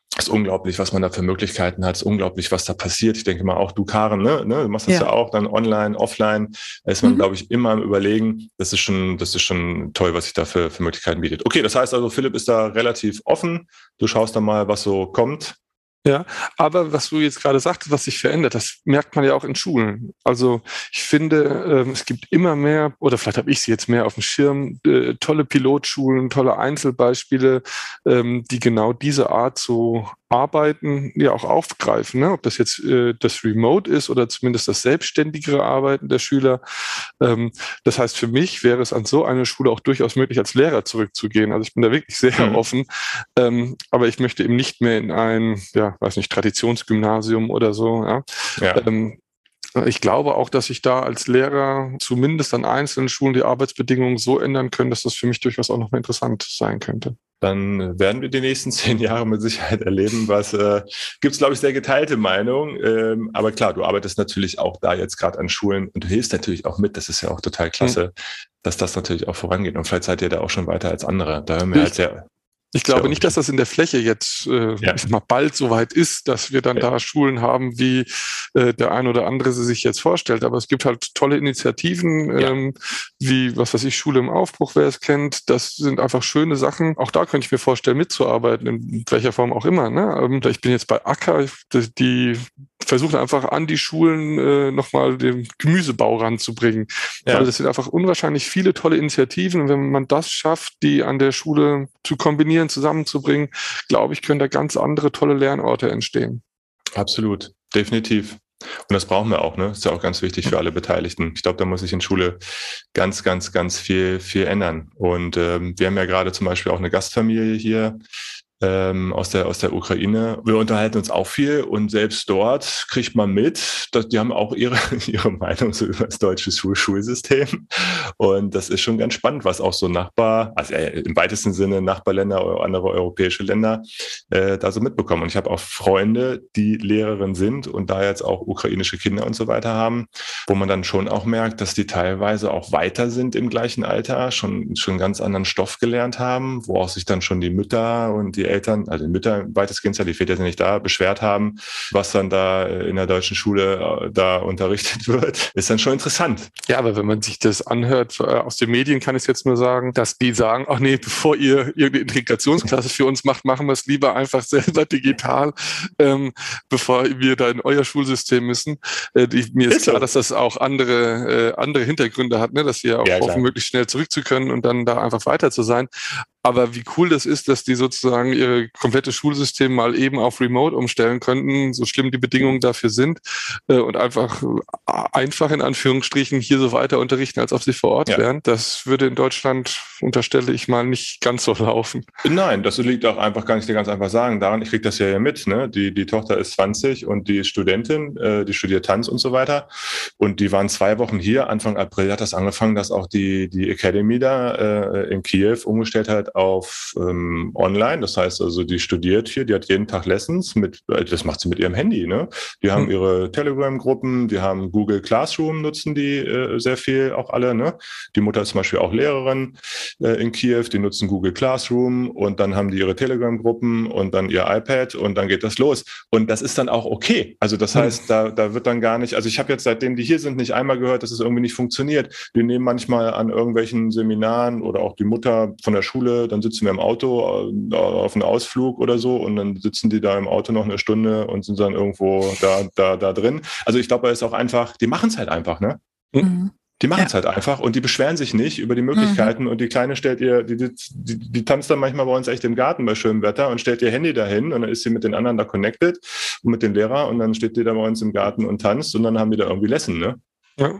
Es ist unglaublich, was man da für Möglichkeiten hat. Es ist unglaublich, was da passiert. Ich denke mal auch du, Karen, ne, ne du machst das ja. ja auch dann online, offline. Da ist man, mhm. glaube ich, immer am Überlegen. Das ist schon, das ist schon toll, was sich da für, für Möglichkeiten bietet. Okay, das heißt also, Philipp ist da relativ offen. Du schaust dann mal, was so kommt. Ja, aber was du jetzt gerade sagtest, was sich verändert, das merkt man ja auch in Schulen. Also ich finde, ähm, es gibt immer mehr, oder vielleicht habe ich sie jetzt mehr auf dem Schirm, äh, tolle Pilotschulen, tolle Einzelbeispiele, ähm, die genau diese Art zu arbeiten, ja auch aufgreifen. Ne? Ob das jetzt äh, das Remote ist oder zumindest das selbstständigere Arbeiten der Schüler. Ähm, das heißt, für mich wäre es an so eine Schule auch durchaus möglich, als Lehrer zurückzugehen. Also ich bin da wirklich sehr mhm. offen, ähm, aber ich möchte eben nicht mehr in ein, ja, weiß nicht, Traditionsgymnasium oder so. Ja. ja. Ähm, ich glaube auch, dass sich da als Lehrer zumindest an einzelnen Schulen die Arbeitsbedingungen so ändern können, dass das für mich durchaus auch noch mal interessant sein könnte. Dann werden wir die nächsten zehn Jahre mit Sicherheit erleben, was äh, gibt es, glaube ich, sehr geteilte Meinung. Ähm, aber klar, du arbeitest natürlich auch da jetzt gerade an Schulen und du hilfst natürlich auch mit. Das ist ja auch total klasse, mhm. dass das natürlich auch vorangeht. Und vielleicht seid ihr da auch schon weiter als andere. Da hören wir halt sehr... Ich glaube nicht, dass das in der Fläche jetzt äh, ja. ich sag mal, bald soweit ist, dass wir dann ja. da Schulen haben, wie äh, der ein oder andere sie sich jetzt vorstellt. Aber es gibt halt tolle Initiativen, ja. ähm, wie, was weiß ich, Schule im Aufbruch, wer es kennt. Das sind einfach schöne Sachen. Auch da könnte ich mir vorstellen, mitzuarbeiten, in welcher Form auch immer. Ne? Ich bin jetzt bei Acker, die versuchen einfach an die Schulen äh, nochmal den Gemüsebau ranzubringen. Ja. Also das sind einfach unwahrscheinlich viele tolle Initiativen. Und wenn man das schafft, die an der Schule zu kombinieren, zusammenzubringen, glaube ich, können da ganz andere tolle Lernorte entstehen. Absolut, definitiv. Und das brauchen wir auch, ne? Ist ja auch ganz wichtig für alle Beteiligten. Ich glaube, da muss sich in Schule ganz, ganz, ganz viel, viel ändern. Und ähm, wir haben ja gerade zum Beispiel auch eine Gastfamilie hier, Ähm, aus der aus der Ukraine. Wir unterhalten uns auch viel und selbst dort kriegt man mit, dass die haben auch ihre ihre Meinung so über das deutsche Schul- Schulsystem und das ist schon ganz spannend, was auch so Nachbar, also äh, im weitesten Sinne Nachbarländer oder andere europäische Länder äh, da so mitbekommen. Und ich habe auch Freunde, die Lehrerin sind und da jetzt auch ukrainische Kinder und so weiter haben, wo man dann schon auch merkt, dass die teilweise auch weiter sind im gleichen Alter, schon schon ganz anderen Stoff gelernt haben, wo auch sich dann schon die Mütter und die Eltern, also die Mütter weitestgehend, die Väter sind nicht da, beschwert haben, was dann da in der deutschen Schule da unterrichtet wird, ist dann schon interessant. Ja, aber wenn man sich das anhört, aus den Medien kann ich jetzt nur sagen, dass die sagen, ach nee, bevor ihr irgendeine Integrationsklasse für uns macht, machen wir es lieber einfach selber digital, ähm, bevor wir da in euer Schulsystem müssen. Äh, die, mir ist, ist klar, so. dass das auch andere, äh, andere Hintergründe hat, ne? Dass wir auch ja, hoffen, möglichst schnell zurück zu können und dann da einfach weiter zu sein. Aber wie cool das ist, dass die sozusagen ihr komplettes Schulsystem mal eben auf Remote umstellen könnten, so schlimm die Bedingungen dafür sind, äh, und einfach einfach in Anführungsstrichen hier so weiter unterrichten, als ob sie vor Ort ja. wären. Das würde in Deutschland, unterstelle ich mal, nicht ganz so laufen. Nein, das liegt auch einfach, kann ich dir ganz einfach sagen, daran, ich kriege das ja mit, ne? Die, die Tochter ist zwanzig und die ist Studentin, äh, die studiert Tanz und so weiter. Und die waren zwei Wochen hier, Anfang April hat das angefangen, dass auch die, die Academy da äh, in Kiew umgestellt hat auf ähm, online. Das heißt also, die studiert hier, die hat jeden Tag Lessons mit, das macht sie mit ihrem Handy, ne? Die haben mhm. ihre Telegram-Gruppen, die haben Google Classroom, nutzen die äh, sehr viel, auch alle, ne? Die Mutter ist zum Beispiel auch Lehrerin äh, in Kiew, die nutzen Google Classroom und dann haben die ihre Telegram-Gruppen und dann ihr iPad und dann geht das los. Und das ist dann auch okay. Also das heißt, mhm. da, da wird dann gar nicht, also ich habe jetzt, seitdem die hier sind, nicht einmal gehört, dass es irgendwie nicht funktioniert. Die nehmen manchmal an irgendwelchen Seminaren oder auch die Mutter von der Schule, dann sitzen wir im Auto äh, auf einem Ausflug oder so und dann sitzen die da im Auto noch eine Stunde und sind dann irgendwo da, da, da drin. Also ich glaube, da ist auch einfach, die machen es halt einfach, ne? Mhm. Die machen es ja. halt einfach und die beschweren sich nicht über die Möglichkeiten mhm. und die Kleine stellt ihr, die, die, die, die tanzt dann manchmal bei uns echt im Garten bei schönem Wetter und stellt ihr Handy dahin und dann ist sie mit den anderen da connected und mit den Lehrern und dann steht die da bei uns im Garten und tanzt und dann haben die da irgendwie Lesson, ne? Ja.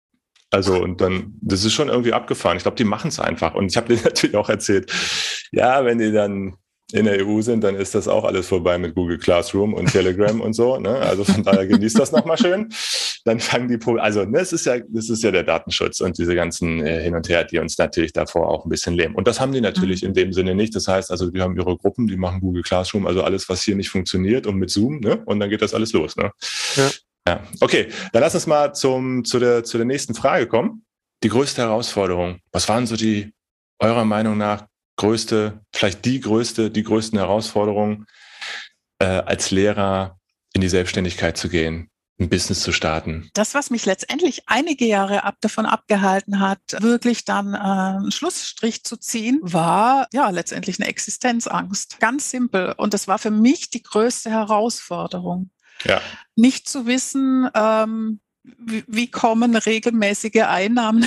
Also und dann, das ist schon irgendwie abgefahren. Ich glaube, die machen es einfach. Und ich habe denen natürlich auch erzählt, ja, wenn die dann in der E U sind, dann ist das auch alles vorbei mit Google Classroom und Telegram und so. Ne? Also von daher genießt das nochmal schön. Dann fangen die, Pro- also ne, es ist ja, das ist ja der Datenschutz und diese ganzen äh, Hin und Her, die uns natürlich davor auch ein bisschen lähmen. Und das haben die natürlich mhm. in dem Sinne nicht. Das heißt, also die haben ihre Gruppen, die machen Google Classroom, also alles, was hier nicht funktioniert und mit Zoom, ne? Und dann geht das alles los. Ne? Ja. Ja, okay, dann lass uns mal zum, zu, der, zu der nächsten Frage kommen. Die größte Herausforderung. Was waren so die, eurer Meinung nach, größte, vielleicht die größte, die größten Herausforderungen, äh, als Lehrer in die Selbstständigkeit zu gehen, ein Business zu starten? Das, was mich letztendlich einige Jahre ab davon abgehalten hat, wirklich dann äh, einen Schlussstrich zu ziehen, war ja letztendlich eine Existenzangst. Ganz simpel. Und das war für mich die größte Herausforderung. Ja. Nicht zu wissen, ähm, wie, wie kommen regelmäßige Einnahmen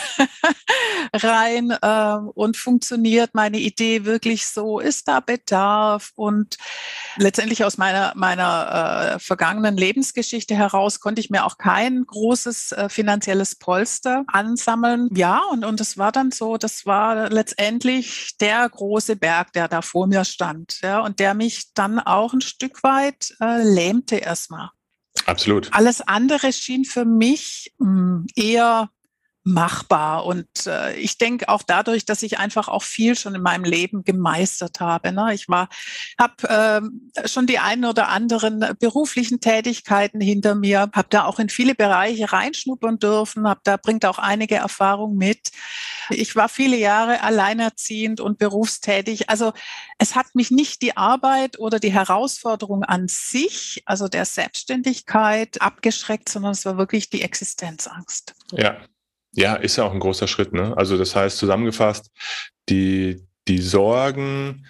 rein äh, und funktioniert meine Idee wirklich so? Ist da Bedarf? Und letztendlich aus meiner, meiner äh, vergangenen Lebensgeschichte heraus konnte ich mir auch kein großes äh, finanzielles Polster ansammeln. Ja, und, und das war dann so, das war letztendlich der große Berg, der da vor mir stand, ja, und der mich dann auch ein Stück weit äh, lähmte erstmal. Absolut. Alles andere schien für mich mh, eher machbar. Und äh, ich denke auch dadurch, dass ich einfach auch viel schon in meinem Leben gemeistert habe. Ne? Ich war, habe äh, schon die einen oder anderen beruflichen Tätigkeiten hinter mir, habe da auch in viele Bereiche reinschnuppern dürfen, habe da bringt auch einige Erfahrung mit. Ich war viele Jahre alleinerziehend und berufstätig. Also es hat mich nicht die Arbeit oder die Herausforderung an sich, also der Selbstständigkeit, abgeschreckt, sondern es war wirklich die Existenzangst. Ja. Ja, ist ja auch ein großer Schritt, ne? Also das heißt zusammengefasst, die, die Sorgen,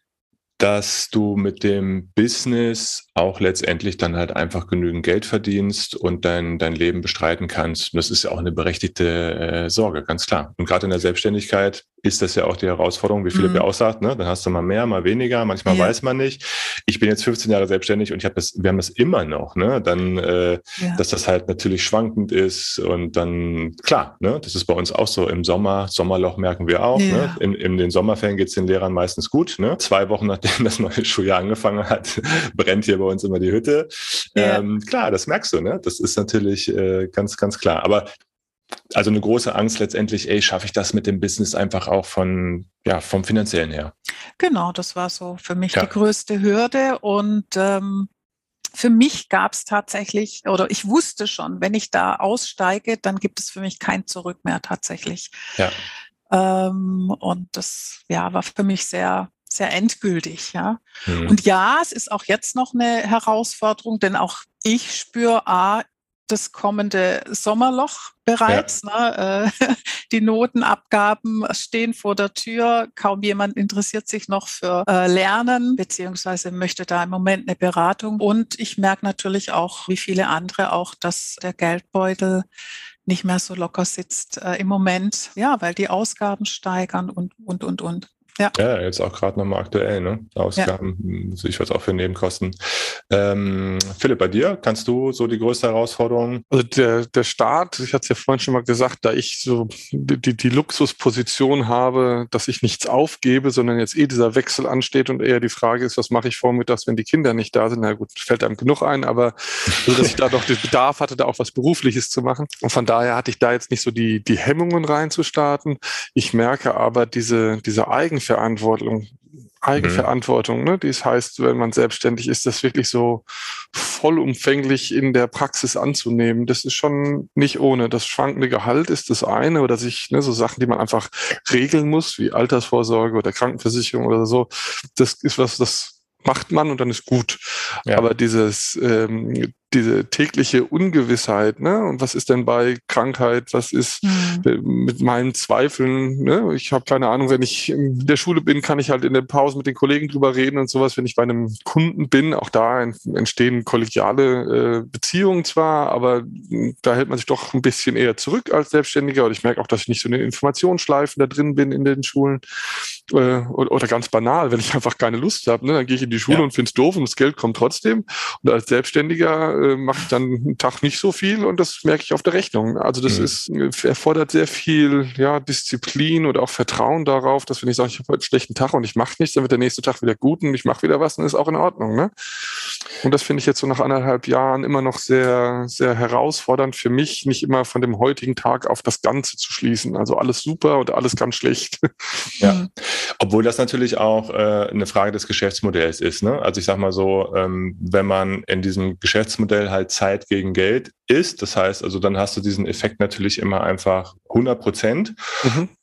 dass du mit dem Business auch letztendlich dann halt einfach genügend Geld verdienst und dein, dein Leben bestreiten kannst. Und das ist ja auch eine berechtigte äh, Sorge, ganz klar. Und gerade in der Selbstständigkeit ist das ja auch die Herausforderung, wie Philipp ja auch sagt, ne? Dann hast du mal mehr, mal weniger, manchmal ja. weiß man nicht. Ich bin jetzt fünfzehn Jahre selbstständig und ich habe das, wir haben das immer noch, ne? Dann, äh, ja. dass das halt natürlich schwankend ist und dann, klar, ne? Das ist bei uns auch so im Sommer, Sommerloch merken wir auch, ja. ne? In, in den Sommerferien geht's den Lehrern meistens gut, ne? Zwei Wochen nachdem das neue Schuljahr angefangen hat, brennt hier bei uns immer die Hütte. Ja. Ähm, klar, das merkst du, ne? Das ist natürlich äh, ganz, ganz klar. Aber also eine große Angst letztendlich, ey, schaffe ich das mit dem Business einfach auch von, ja, vom Finanziellen her? Genau, das war so für mich ja. die größte Hürde. Und ähm, für mich gab es tatsächlich, oder ich wusste schon, wenn ich da aussteige, dann gibt es für mich kein Zurück mehr tatsächlich. Ja. Ähm, und das ja, war für mich sehr, sehr endgültig. Ja. Mhm. Und ja, es ist auch jetzt noch eine Herausforderung, denn auch ich spüre, A, das kommende Sommerloch bereits. Ja. Ne? Äh, die Notenabgaben stehen vor der Tür. Kaum jemand interessiert sich noch für äh, Lernen, beziehungsweise möchte da im Moment eine Beratung. Und ich merke natürlich auch, wie viele andere auch, dass der Geldbeutel nicht mehr so locker sitzt äh, im Moment. Ja, weil die Ausgaben steigern und, und, und, und. Ja. ja, jetzt auch gerade nochmal aktuell, ne? Ausgaben, ja. Ich weiß auch für Nebenkosten. Ähm, Philipp, bei dir, kannst du so die größte Herausforderung? Also der, der Start, ich hatte es ja vorhin schon mal gesagt, da ich so die, die Luxusposition habe, dass ich nichts aufgebe, sondern jetzt eh dieser Wechsel ansteht und eher die Frage ist, was mache ich vormittags, wenn die Kinder nicht da sind? Na gut, fällt einem genug ein, aber so, dass ich da doch den Bedarf hatte, da auch was Berufliches zu machen. Und von daher hatte ich da jetzt nicht so die, die Hemmungen reinzustarten. Ich merke aber diese, diese Eigenverantwortung, Verantwortung, Eigenverantwortung, ne? Das heißt, wenn man selbstständig ist, das wirklich so vollumfänglich in der Praxis anzunehmen, das ist schon nicht ohne. Das schwankende Gehalt ist das eine oder sich, ne, so Sachen, die man einfach regeln muss, wie Altersvorsorge oder Krankenversicherung oder so, das ist was, das macht man und dann ist gut. Ja. Aber dieses ähm, diese tägliche Ungewissheit, ne? Und was ist denn bei Krankheit? Was ist mhm. mit meinen Zweifeln? Ne? Ich habe keine Ahnung, wenn ich in der Schule bin, kann ich halt in der Pause mit den Kollegen drüber reden und sowas. Wenn ich bei einem Kunden bin, auch da entstehen kollegiale äh, Beziehungen zwar, aber da hält man sich doch ein bisschen eher zurück als Selbstständiger. Und ich merke auch, dass ich nicht so in den Informationsschleifen da drin bin in den Schulen. Äh, oder, oder ganz banal, wenn ich einfach keine Lust habe, ne? Dann gehe ich in die Schule ja. und finde es doof und das Geld kommt trotzdem. Und als Selbstständiger mache ich dann einen Tag nicht so viel und das merke ich auf der Rechnung. Also das mhm. ist erfordert sehr viel ja, Disziplin oder auch Vertrauen darauf, dass wenn ich sage, ich habe heute einen schlechten Tag und ich mache nichts, dann wird der nächste Tag wieder gut und ich mache wieder was und ist auch in Ordnung. Ne? Und das finde ich jetzt so nach anderthalb Jahren immer noch sehr, sehr herausfordernd für mich, nicht immer von dem heutigen Tag auf das Ganze zu schließen. Also alles super oder alles ganz schlecht. Ja, obwohl das natürlich auch äh, eine Frage des Geschäftsmodells ist. Ne? Also ich sag mal so, ähm, wenn man in diesem Geschäftsmodell halt Zeit gegen Geld ist, das heißt, also dann hast du diesen Effekt natürlich immer einfach hundert Prozent. Mhm.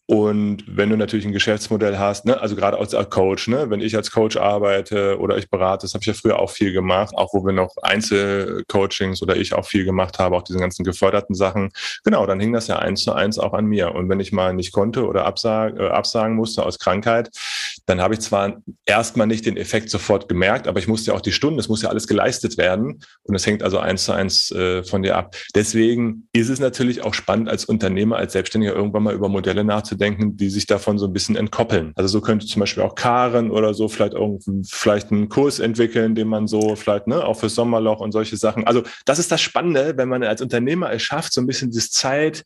Und wenn du natürlich ein Geschäftsmodell hast, ne, also gerade als Coach, ne, wenn ich als Coach arbeite oder ich berate, das habe ich ja früher auch viel gemacht, auch wo wir noch Einzelcoachings oder ich auch viel gemacht habe, auch diese ganzen geförderten Sachen. Genau, dann hing das ja eins zu eins auch an mir. Und wenn ich mal nicht konnte oder absag, äh, absagen musste aus Krankheit, dann habe ich zwar erstmal nicht den Effekt sofort gemerkt, aber ich musste ja auch die Stunden, es muss ja alles geleistet werden. Und das hängt also eins zu eins äh, von dir ab. Deswegen ist es natürlich auch spannend als Unternehmer, als Selbstständiger irgendwann mal über Modelle nachzudenken, die sich davon so ein bisschen entkoppeln. Also so könnte zum Beispiel auch Karen oder so vielleicht irgendwie vielleicht einen Kurs entwickeln, den man so vielleicht, ne, auch fürs Sommerloch und solche Sachen. Also das ist das Spannende, wenn man als Unternehmer es schafft, so ein bisschen das Zeit,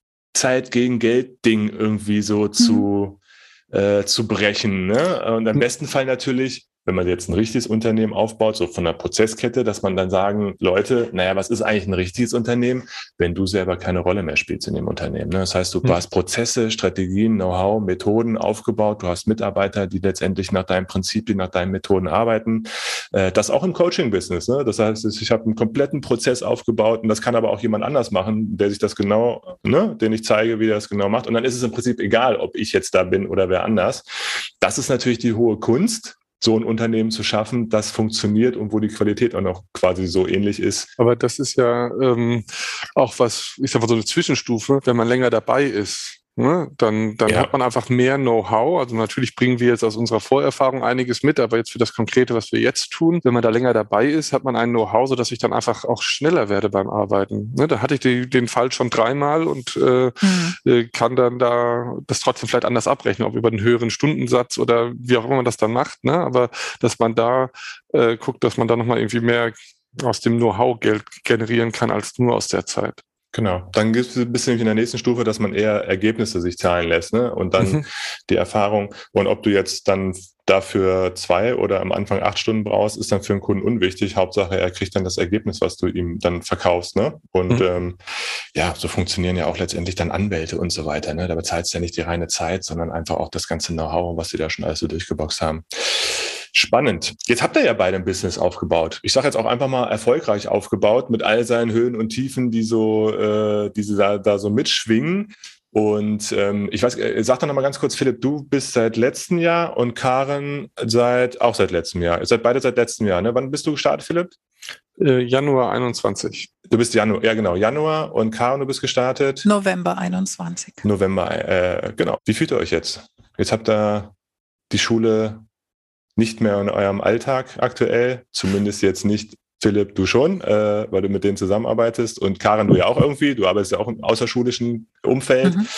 Zeit gegen Geld-Ding irgendwie so mhm. zu, äh, zu brechen. Ne? Und im besten Fall natürlich, wenn man jetzt ein richtiges Unternehmen aufbaut, so von der Prozesskette, dass man dann sagen, Leute, naja, was ist eigentlich ein richtiges Unternehmen, wenn du selber keine Rolle mehr spielst in dem Unternehmen? Ne? Das heißt, du mhm. hast Prozesse, Strategien, Know-how, Methoden aufgebaut, du hast Mitarbeiter, die letztendlich nach deinen Prinzipien, nach deinen Methoden arbeiten. Äh, das auch im Coaching-Business. Ne? Das heißt, ich habe einen kompletten Prozess aufgebaut und das kann aber auch jemand anders machen, der sich das genau, ne, den ich zeige, wie der das genau macht. Und dann ist es im Prinzip egal, ob ich jetzt da bin oder wer anders. Das ist natürlich die hohe Kunst, so ein Unternehmen zu schaffen, das funktioniert und wo die Qualität auch noch quasi so ähnlich ist. Aber das ist ja ähm, auch was, ich sag mal so eine Zwischenstufe, wenn man länger dabei ist. Ne, dann dann ja. hat man einfach mehr Know-how. Also natürlich bringen wir jetzt aus unserer Vorerfahrung einiges mit, aber jetzt für das Konkrete, was wir jetzt tun, wenn man da länger dabei ist, hat man ein Know-how, sodass ich dann einfach auch schneller werde beim Arbeiten. Ne, da hatte ich die, den Fall schon dreimal und äh, mhm. kann dann da das trotzdem vielleicht anders abrechnen, ob über einen höheren Stundensatz oder wie auch immer man das dann macht. Ne? Aber dass man da äh, guckt, dass man da nochmal irgendwie mehr aus dem Know-how Geld generieren kann, als nur aus der Zeit. Genau. Dann gibt es ein bisschen in der nächsten Stufe, dass man eher Ergebnisse sich zahlen lässt, ne? Und dann mhm. die Erfahrung. Und ob du jetzt dann dafür zwei oder am Anfang acht Stunden brauchst, ist dann für den Kunden unwichtig. Hauptsache, er kriegt dann das Ergebnis, was du ihm dann verkaufst, ne? Und mhm. ähm, ja, so funktionieren ja auch letztendlich dann Anwälte und so weiter, ne? Da bezahlst du ja nicht die reine Zeit, sondern einfach auch das ganze Know-how, was sie da schon alles so durchgeboxt haben. Spannend. Jetzt habt ihr ja beide ein Business aufgebaut. Ich sage jetzt auch einfach mal erfolgreich aufgebaut mit all seinen Höhen und Tiefen, die so, äh, die da, da so mitschwingen. Und ähm, ich weiß, äh, sag doch noch mal ganz kurz, Philipp, du bist seit letztem Jahr und Karen seit auch seit letztem Jahr. Ihr seid beide seit letztem Jahr, ne? Wann bist du gestartet, Philipp? Äh, Januar einundzwanzig. Du bist Januar, ja genau, Januar. Und Karen, du bist gestartet? November einundzwanzig. November, äh, genau. Wie fühlt ihr euch jetzt? Jetzt habt ihr die Schule nicht mehr in eurem Alltag aktuell, zumindest jetzt nicht, Philipp, du schon, äh, weil du mit denen zusammenarbeitest und Karen, du ja auch irgendwie, du arbeitest ja auch im außerschulischen Umfeld, mhm.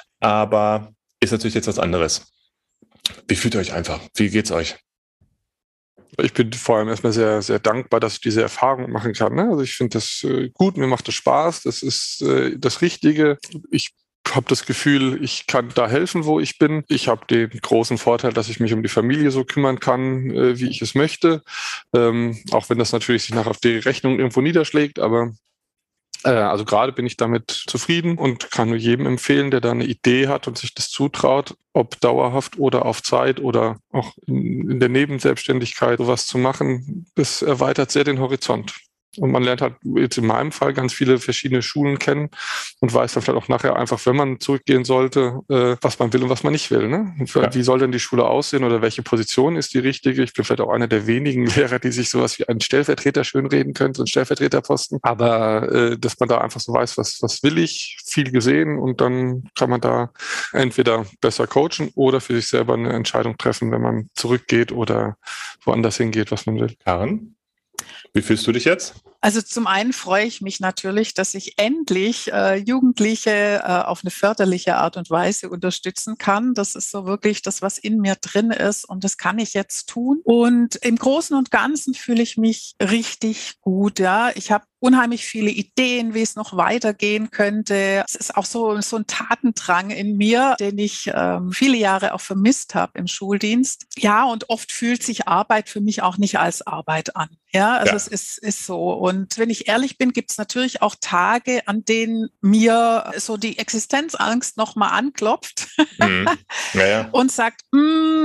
aber ist natürlich jetzt was anderes. Wie fühlt ihr euch einfach? Wie geht's euch? Ich bin vor allem erstmal sehr, sehr dankbar, dass ich diese Erfahrung machen kann. Ne? Also ich finde das äh, gut, mir macht das Spaß, das ist äh, das Richtige. Ich habe das Gefühl, ich kann da helfen, wo ich bin. Ich habe den großen Vorteil, dass ich mich um die Familie so kümmern kann, äh, wie ich es möchte. Ähm, auch wenn das natürlich sich nachher auf die Rechnung irgendwo niederschlägt, aber äh, also gerade bin ich damit zufrieden und kann nur jedem empfehlen, der da eine Idee hat und sich das zutraut, ob dauerhaft oder auf Zeit oder auch in, in der Nebenselbstständigkeit sowas zu machen. Das erweitert sehr den Horizont. Und man lernt halt jetzt in meinem Fall ganz viele verschiedene Schulen kennen und weiß dann vielleicht auch nachher einfach, wenn man zurückgehen sollte, äh, was man will und was man nicht will. Ne? Ja. Wie soll denn die Schule aussehen oder welche Position ist die richtige? Ich bin vielleicht auch einer der wenigen Lehrer, die sich sowas wie einen Stellvertreter schönreden können, so einen Stellvertreterposten. Aber äh, dass man da einfach so weiß, was, was will ich, viel gesehen und dann kann man da entweder besser coachen oder für sich selber eine Entscheidung treffen, wenn man zurückgeht oder woanders hingeht, was man will. Karen? Wie fühlst du dich jetzt? Also zum einen freue ich mich natürlich, dass ich endlich äh, Jugendliche äh, auf eine förderliche Art und Weise unterstützen kann. Das ist so wirklich das, was in mir drin ist und das kann ich jetzt tun. Und im Großen und Ganzen fühle ich mich richtig gut. Ja, ich habe unheimlich viele Ideen, wie es noch weitergehen könnte. Es ist auch so, so ein Tatendrang in mir, den ich ähm, viele Jahre auch vermisst habe im Schuldienst. Ja, und oft fühlt sich Arbeit für mich auch nicht als Arbeit an. Ja, also ja. es ist, ist so. Und wenn ich ehrlich bin, gibt es natürlich auch Tage, an denen mir so die Existenzangst nochmal anklopft mhm. ja, ja. und sagt,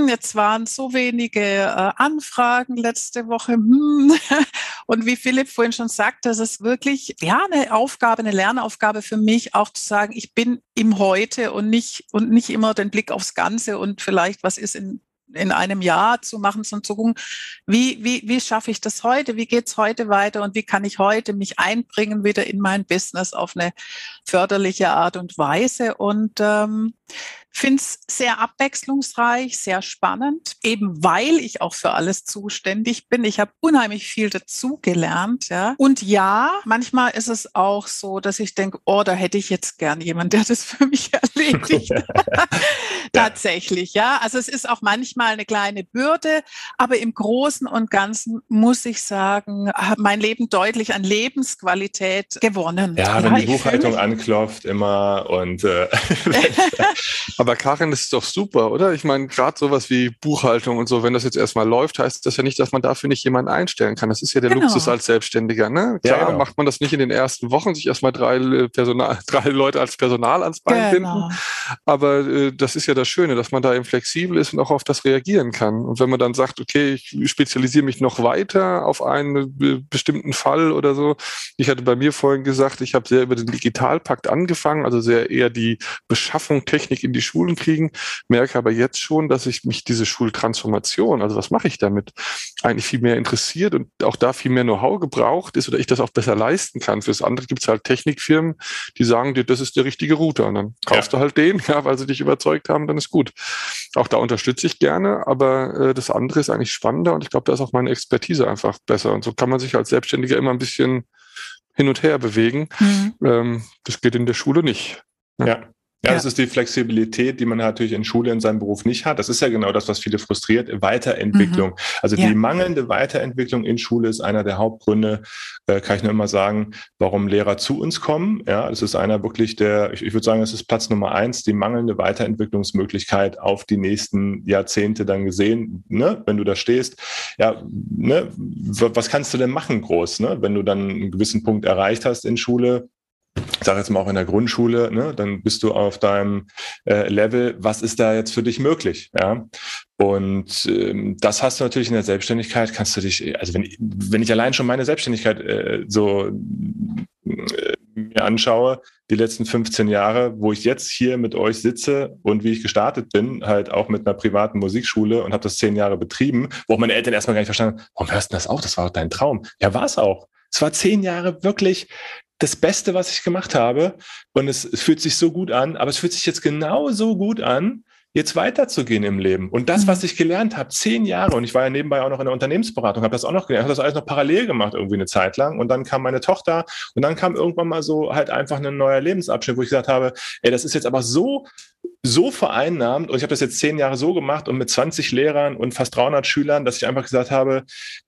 hm, jetzt waren so wenige äh, Anfragen letzte Woche. Hm. Und wie Philipp vorhin schon sagte, das ist wirklich ja eine Aufgabe, eine Lernaufgabe für mich, auch zu sagen, ich bin im Heute und nicht, und nicht immer den Blick aufs Ganze und vielleicht, was ist in in einem Jahr zu machen, sondern zu gucken, wie, wie, wie schaffe ich das heute, wie geht's heute weiter und wie kann ich heute mich einbringen wieder in mein Business auf eine förderliche Art und Weise. Und ähm, finde es sehr abwechslungsreich, sehr spannend, eben weil ich auch für alles zuständig bin. Ich habe unheimlich viel dazugelernt. Ja. Und ja, manchmal ist es auch so, dass ich denke, oh, da hätte ich jetzt gern jemanden, der das für mich erledigt. Tatsächlich, ja. Also es ist auch manchmal eine kleine Bürde, aber im Großen und Ganzen muss ich sagen, hat mein Leben deutlich an Lebensqualität gewonnen. Ja, wenn ja, die Buchhaltung anklopft immer und äh, aber Karin, das ist doch super, oder? Ich meine, gerade sowas wie Buchhaltung und so, wenn das jetzt erstmal läuft, heißt das ja nicht, dass man dafür nicht jemanden einstellen kann. Das ist ja der genau. Luxus als Selbstständiger, ne? Klar, ja, genau. macht man das nicht in den ersten Wochen, sich erstmal drei Personal, drei Leute als Personal ans Bein genau. binden. Aber äh, das ist ja das Schöne, dass man da eben flexibel ist und auch auf das reagieren kann. Und wenn man dann sagt, okay, ich spezialisiere mich noch weiter auf einen äh, bestimmten Fall oder so. Ich hatte bei mir vorhin gesagt, ich habe sehr über den Digitalpakt angefangen, also sehr eher die Beschaffung, Technik in die Schulen kriegen, merke aber jetzt schon, dass ich mich diese Schultransformation, also was mache ich damit, eigentlich viel mehr interessiert und auch da viel mehr Know-how gebraucht ist oder ich das auch besser leisten kann. Für das andere gibt es halt Technikfirmen, die sagen dir, das ist der richtige Router und dann kaufst ja. du halt den, ja, weil sie dich überzeugt haben, dann ist gut. Auch da unterstütze ich gerne, aber äh, das andere ist eigentlich spannender und ich glaube, da ist auch meine Expertise einfach besser und so kann man sich als Selbstständiger immer ein bisschen hin und her bewegen. Mhm. Ähm, das geht in der Schule nicht. Ja. ja. Ja, das ist die Flexibilität, die man natürlich in Schule in seinem Beruf nicht hat. Das ist ja genau das, was viele frustriert. Weiterentwicklung. Mhm. Also ja. die mangelnde Weiterentwicklung in Schule ist einer der Hauptgründe, äh, kann ich nur immer sagen, warum Lehrer zu uns kommen. Ja, das ist einer wirklich der, ich, ich würde sagen, das ist Platz Nummer eins, die mangelnde Weiterentwicklungsmöglichkeit auf die nächsten Jahrzehnte dann gesehen, ne, wenn du da stehst. Ja, ne, was kannst du denn machen groß, ne, wenn du dann einen gewissen Punkt erreicht hast in Schule? Ich sage jetzt mal auch in der Grundschule, ne, dann bist du auf deinem äh, Level, was ist da jetzt für dich möglich? Ja? Und ähm, das hast du natürlich in der Selbstständigkeit, kannst du dich, also wenn, wenn ich allein schon meine Selbstständigkeit äh, so äh, mir anschaue, die letzten fünfzehn Jahre, wo ich jetzt hier mit euch sitze und wie ich gestartet bin, halt auch mit einer privaten Musikschule und habe das zehn Jahre betrieben, wo auch meine Eltern erstmal gar nicht verstanden haben, warum hörst du das auch? Das war doch dein Traum. Ja, war es auch. Es war zehn Jahre wirklich das Beste, was ich gemacht habe. Und es, es fühlt sich so gut an, aber es fühlt sich jetzt genauso gut an, jetzt weiterzugehen im Leben. Und das, was ich gelernt habe, zehn Jahre, und ich war ja nebenbei auch noch in der Unternehmensberatung, habe das auch noch gelernt, habe das alles noch parallel gemacht irgendwie eine Zeit lang. Und dann kam meine Tochter und dann kam irgendwann mal so halt einfach ein neuer Lebensabschnitt, wo ich gesagt habe, ey, das ist jetzt aber so so vereinnahmt und ich habe das jetzt zehn Jahre so gemacht und mit zwanzig Lehrern und fast dreihundert Schülern, dass ich einfach gesagt habe,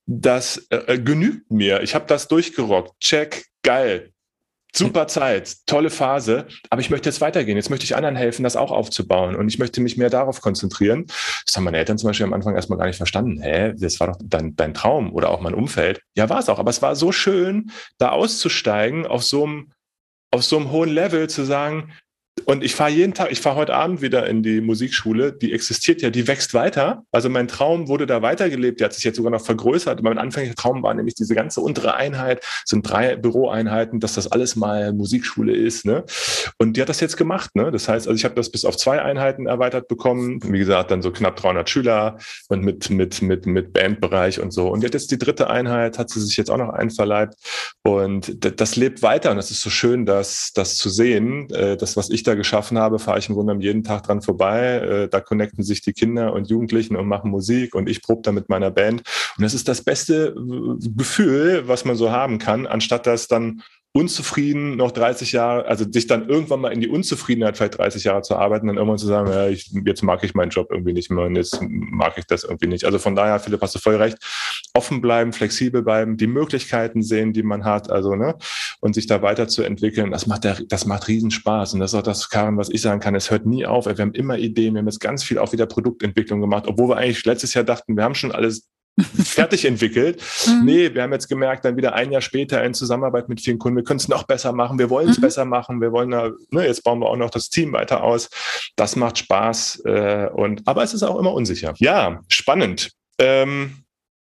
das äh, genügt mir. Ich habe das durchgerockt. Check, geil. Super Zeit, tolle Phase, aber ich möchte jetzt weitergehen. Jetzt möchte ich anderen helfen, das auch aufzubauen und ich möchte mich mehr darauf konzentrieren. Das haben meine Eltern zum Beispiel am Anfang erstmal gar nicht verstanden. Hä, das war doch dein, dein Traum oder auch mein Umfeld. Ja, war es auch, aber es war so schön, da auszusteigen auf so einem, auf so einem hohen Level zu sagen, und ich fahre jeden Tag, ich fahre heute Abend wieder in die Musikschule, die existiert ja, die wächst weiter. Also mein Traum wurde da weitergelebt, die hat sich jetzt sogar noch vergrößert. Mein anfänglicher Traum war nämlich diese ganze untere Einheit, sind drei Büroeinheiten, dass das alles mal Musikschule ist, ne? Und die hat das jetzt gemacht, ne? Das heißt, also ich habe das bis auf zwei Einheiten erweitert bekommen. Wie gesagt, dann so knapp dreihundert Schüler und mit, mit, mit, mit Bandbereich und so. Und jetzt die dritte Einheit, hat sie sich jetzt auch noch einverleibt. Und das, das lebt weiter und das ist so schön, das, das zu sehen, das, was ich da geschaffen habe, fahre ich im Grunde jeden Tag dran vorbei. Da connecten sich die Kinder und Jugendlichen und machen Musik und ich probe da mit meiner Band. Und das ist das beste Gefühl, was man so haben kann, anstatt das dann unzufrieden noch dreißig Jahre, also sich dann irgendwann mal in die Unzufriedenheit vielleicht dreißig Jahre zu arbeiten, dann irgendwann zu sagen, ja, ich, jetzt mag ich meinen Job irgendwie nicht mehr und jetzt mag ich das irgendwie nicht. Also von daher, Philipp, hast du voll recht, offen bleiben, flexibel bleiben, die Möglichkeiten sehen, die man hat, also ne, und sich da weiterzuentwickeln, das macht der, das macht riesen Spaß und das ist auch das, Karin, was ich sagen kann, es hört nie auf, wir haben immer Ideen, wir haben jetzt ganz viel auch wieder Produktentwicklung gemacht, obwohl wir eigentlich letztes Jahr dachten, wir haben schon alles fertig entwickelt. Mhm. Nee, wir haben jetzt gemerkt, dann wieder ein Jahr später in Zusammenarbeit mit vielen Kunden, wir können es noch besser machen, wir wollen es mhm. besser machen, wir wollen da, ne, jetzt bauen wir auch noch das Team weiter aus. Das macht Spaß. Äh, und, aber es ist auch immer unsicher. Ja, spannend. Ähm,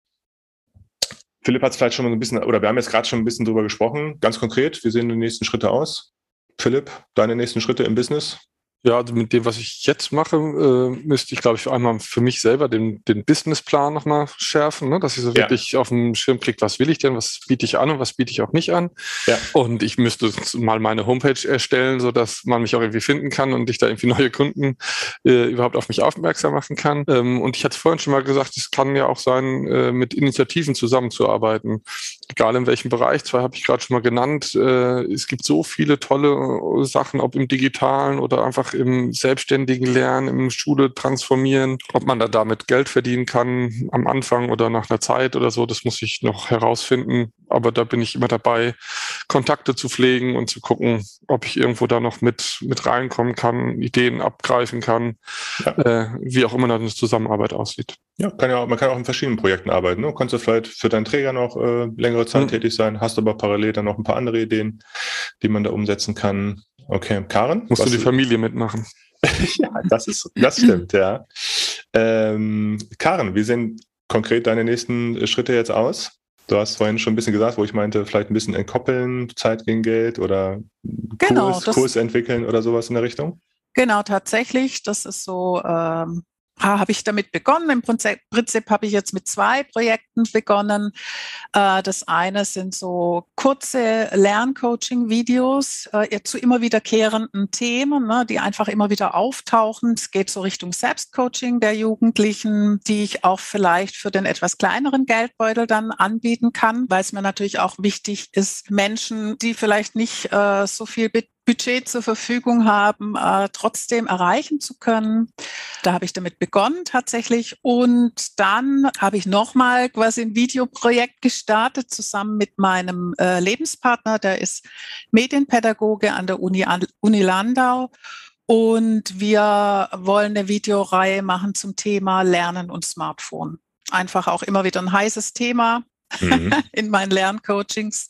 Philipp hat es vielleicht schon mal ein bisschen, oder wir haben jetzt gerade schon ein bisschen drüber gesprochen. Ganz konkret, wie sehen die nächsten Schritte aus? Philipp, deine nächsten Schritte im Business? Ja, also mit dem, was ich jetzt mache, äh, müsste ich, glaube ich, einmal für mich selber den, den Businessplan nochmal schärfen, ne? Dass ich so ja. wirklich auf dem Schirm kriege, was will ich denn, was biete ich an und was biete ich auch nicht an. Ja. Und ich müsste mal meine Homepage erstellen, sodass man mich auch irgendwie finden kann und ich da irgendwie neue Kunden äh, überhaupt auf mich aufmerksam machen kann. Ähm, und ich hatte vorhin schon mal gesagt, es kann ja auch sein, äh, mit Initiativen zusammenzuarbeiten. Egal in welchem Bereich, zwei habe ich gerade schon mal genannt. Äh, es gibt so viele tolle Sachen, ob im Digitalen oder einfach im selbstständigen Lernen, im Schule transformieren. Ob man da damit Geld verdienen kann am Anfang oder nach einer Zeit oder so, das muss ich noch herausfinden. Aber da bin ich immer dabei, Kontakte zu pflegen und zu gucken, ob ich irgendwo da noch mit, mit reinkommen kann, Ideen abgreifen kann, ja. äh, wie auch immer dann eine Zusammenarbeit aussieht. Ja, kann ja auch, man kann auch in verschiedenen Projekten arbeiten. Ne? Du kannst ja vielleicht für deinen Träger noch äh, längere Zeit mhm. tätig sein, hast aber parallel dann noch ein paar andere Ideen, die man da umsetzen kann. Okay, Karen? Musst du die Familie mitmachen? Ja, das ist, das stimmt, ja. Ähm, Karen, wie sehen konkret deine nächsten Schritte jetzt aus? Du hast vorhin schon ein bisschen gesagt, wo ich meinte, vielleicht ein bisschen entkoppeln, Zeit gegen Geld oder genau, Kurs, das, Kurs entwickeln oder sowas in der Richtung? Genau, tatsächlich. Das ist so, ähm, habe ich damit begonnen. Im Prinzip, Prinzip habe ich jetzt mit zwei Projekten begonnen. Äh, das eine sind so kurze Lerncoaching-Videos äh, zu immer wiederkehrenden Themen, ne, die einfach immer wieder auftauchen. Es geht so Richtung Selbstcoaching der Jugendlichen, die ich auch vielleicht für den etwas kleineren Geldbeutel dann anbieten kann, weil es mir natürlich auch wichtig ist, Menschen, die vielleicht nicht äh, so viel Be- Budget zur Verfügung haben, äh, trotzdem erreichen zu können. Da habe ich damit begonnen tatsächlich. Und dann habe ich nochmal quasi ein Videoprojekt gestartet, zusammen mit meinem äh, Lebenspartner, der ist Medienpädagoge an der Uni, Uni Landau. Und wir wollen eine Videoreihe machen zum Thema Lernen und Smartphone. Einfach auch immer wieder ein heißes Thema mhm. in meinen Lerncoachings.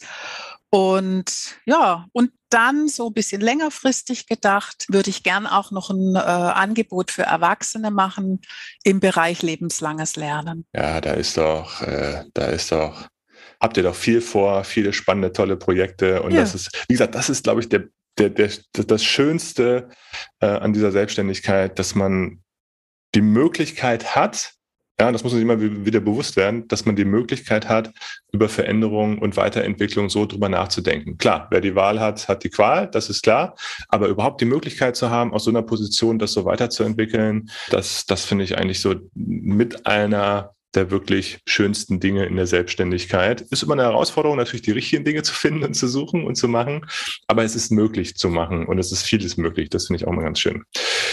Und ja, und dann so ein bisschen längerfristig gedacht, würde ich gern auch noch ein äh, Angebot für Erwachsene machen im Bereich lebenslanges Lernen. Ja, da ist doch, äh, da ist doch, habt ihr doch viel vor, viele spannende, tolle Projekte. Und ja. das ist, wie gesagt, das ist, glaube ich, der, der, der, das Schönste äh, an dieser Selbstständigkeit, dass man die Möglichkeit hat, ja, das muss man sich immer wieder bewusst werden, dass man die Möglichkeit hat, über Veränderung und Weiterentwicklung so drüber nachzudenken. Klar, wer die Wahl hat, hat die Qual, das ist klar. Aber überhaupt die Möglichkeit zu haben, aus so einer Position das so weiterzuentwickeln, das, das finde ich eigentlich so mit einer der wirklich schönsten Dinge in der Selbstständigkeit. Ist immer eine Herausforderung, natürlich die richtigen Dinge zu finden und zu suchen und zu machen. Aber es ist möglich zu machen und es ist vieles möglich. Das finde ich auch mal ganz schön.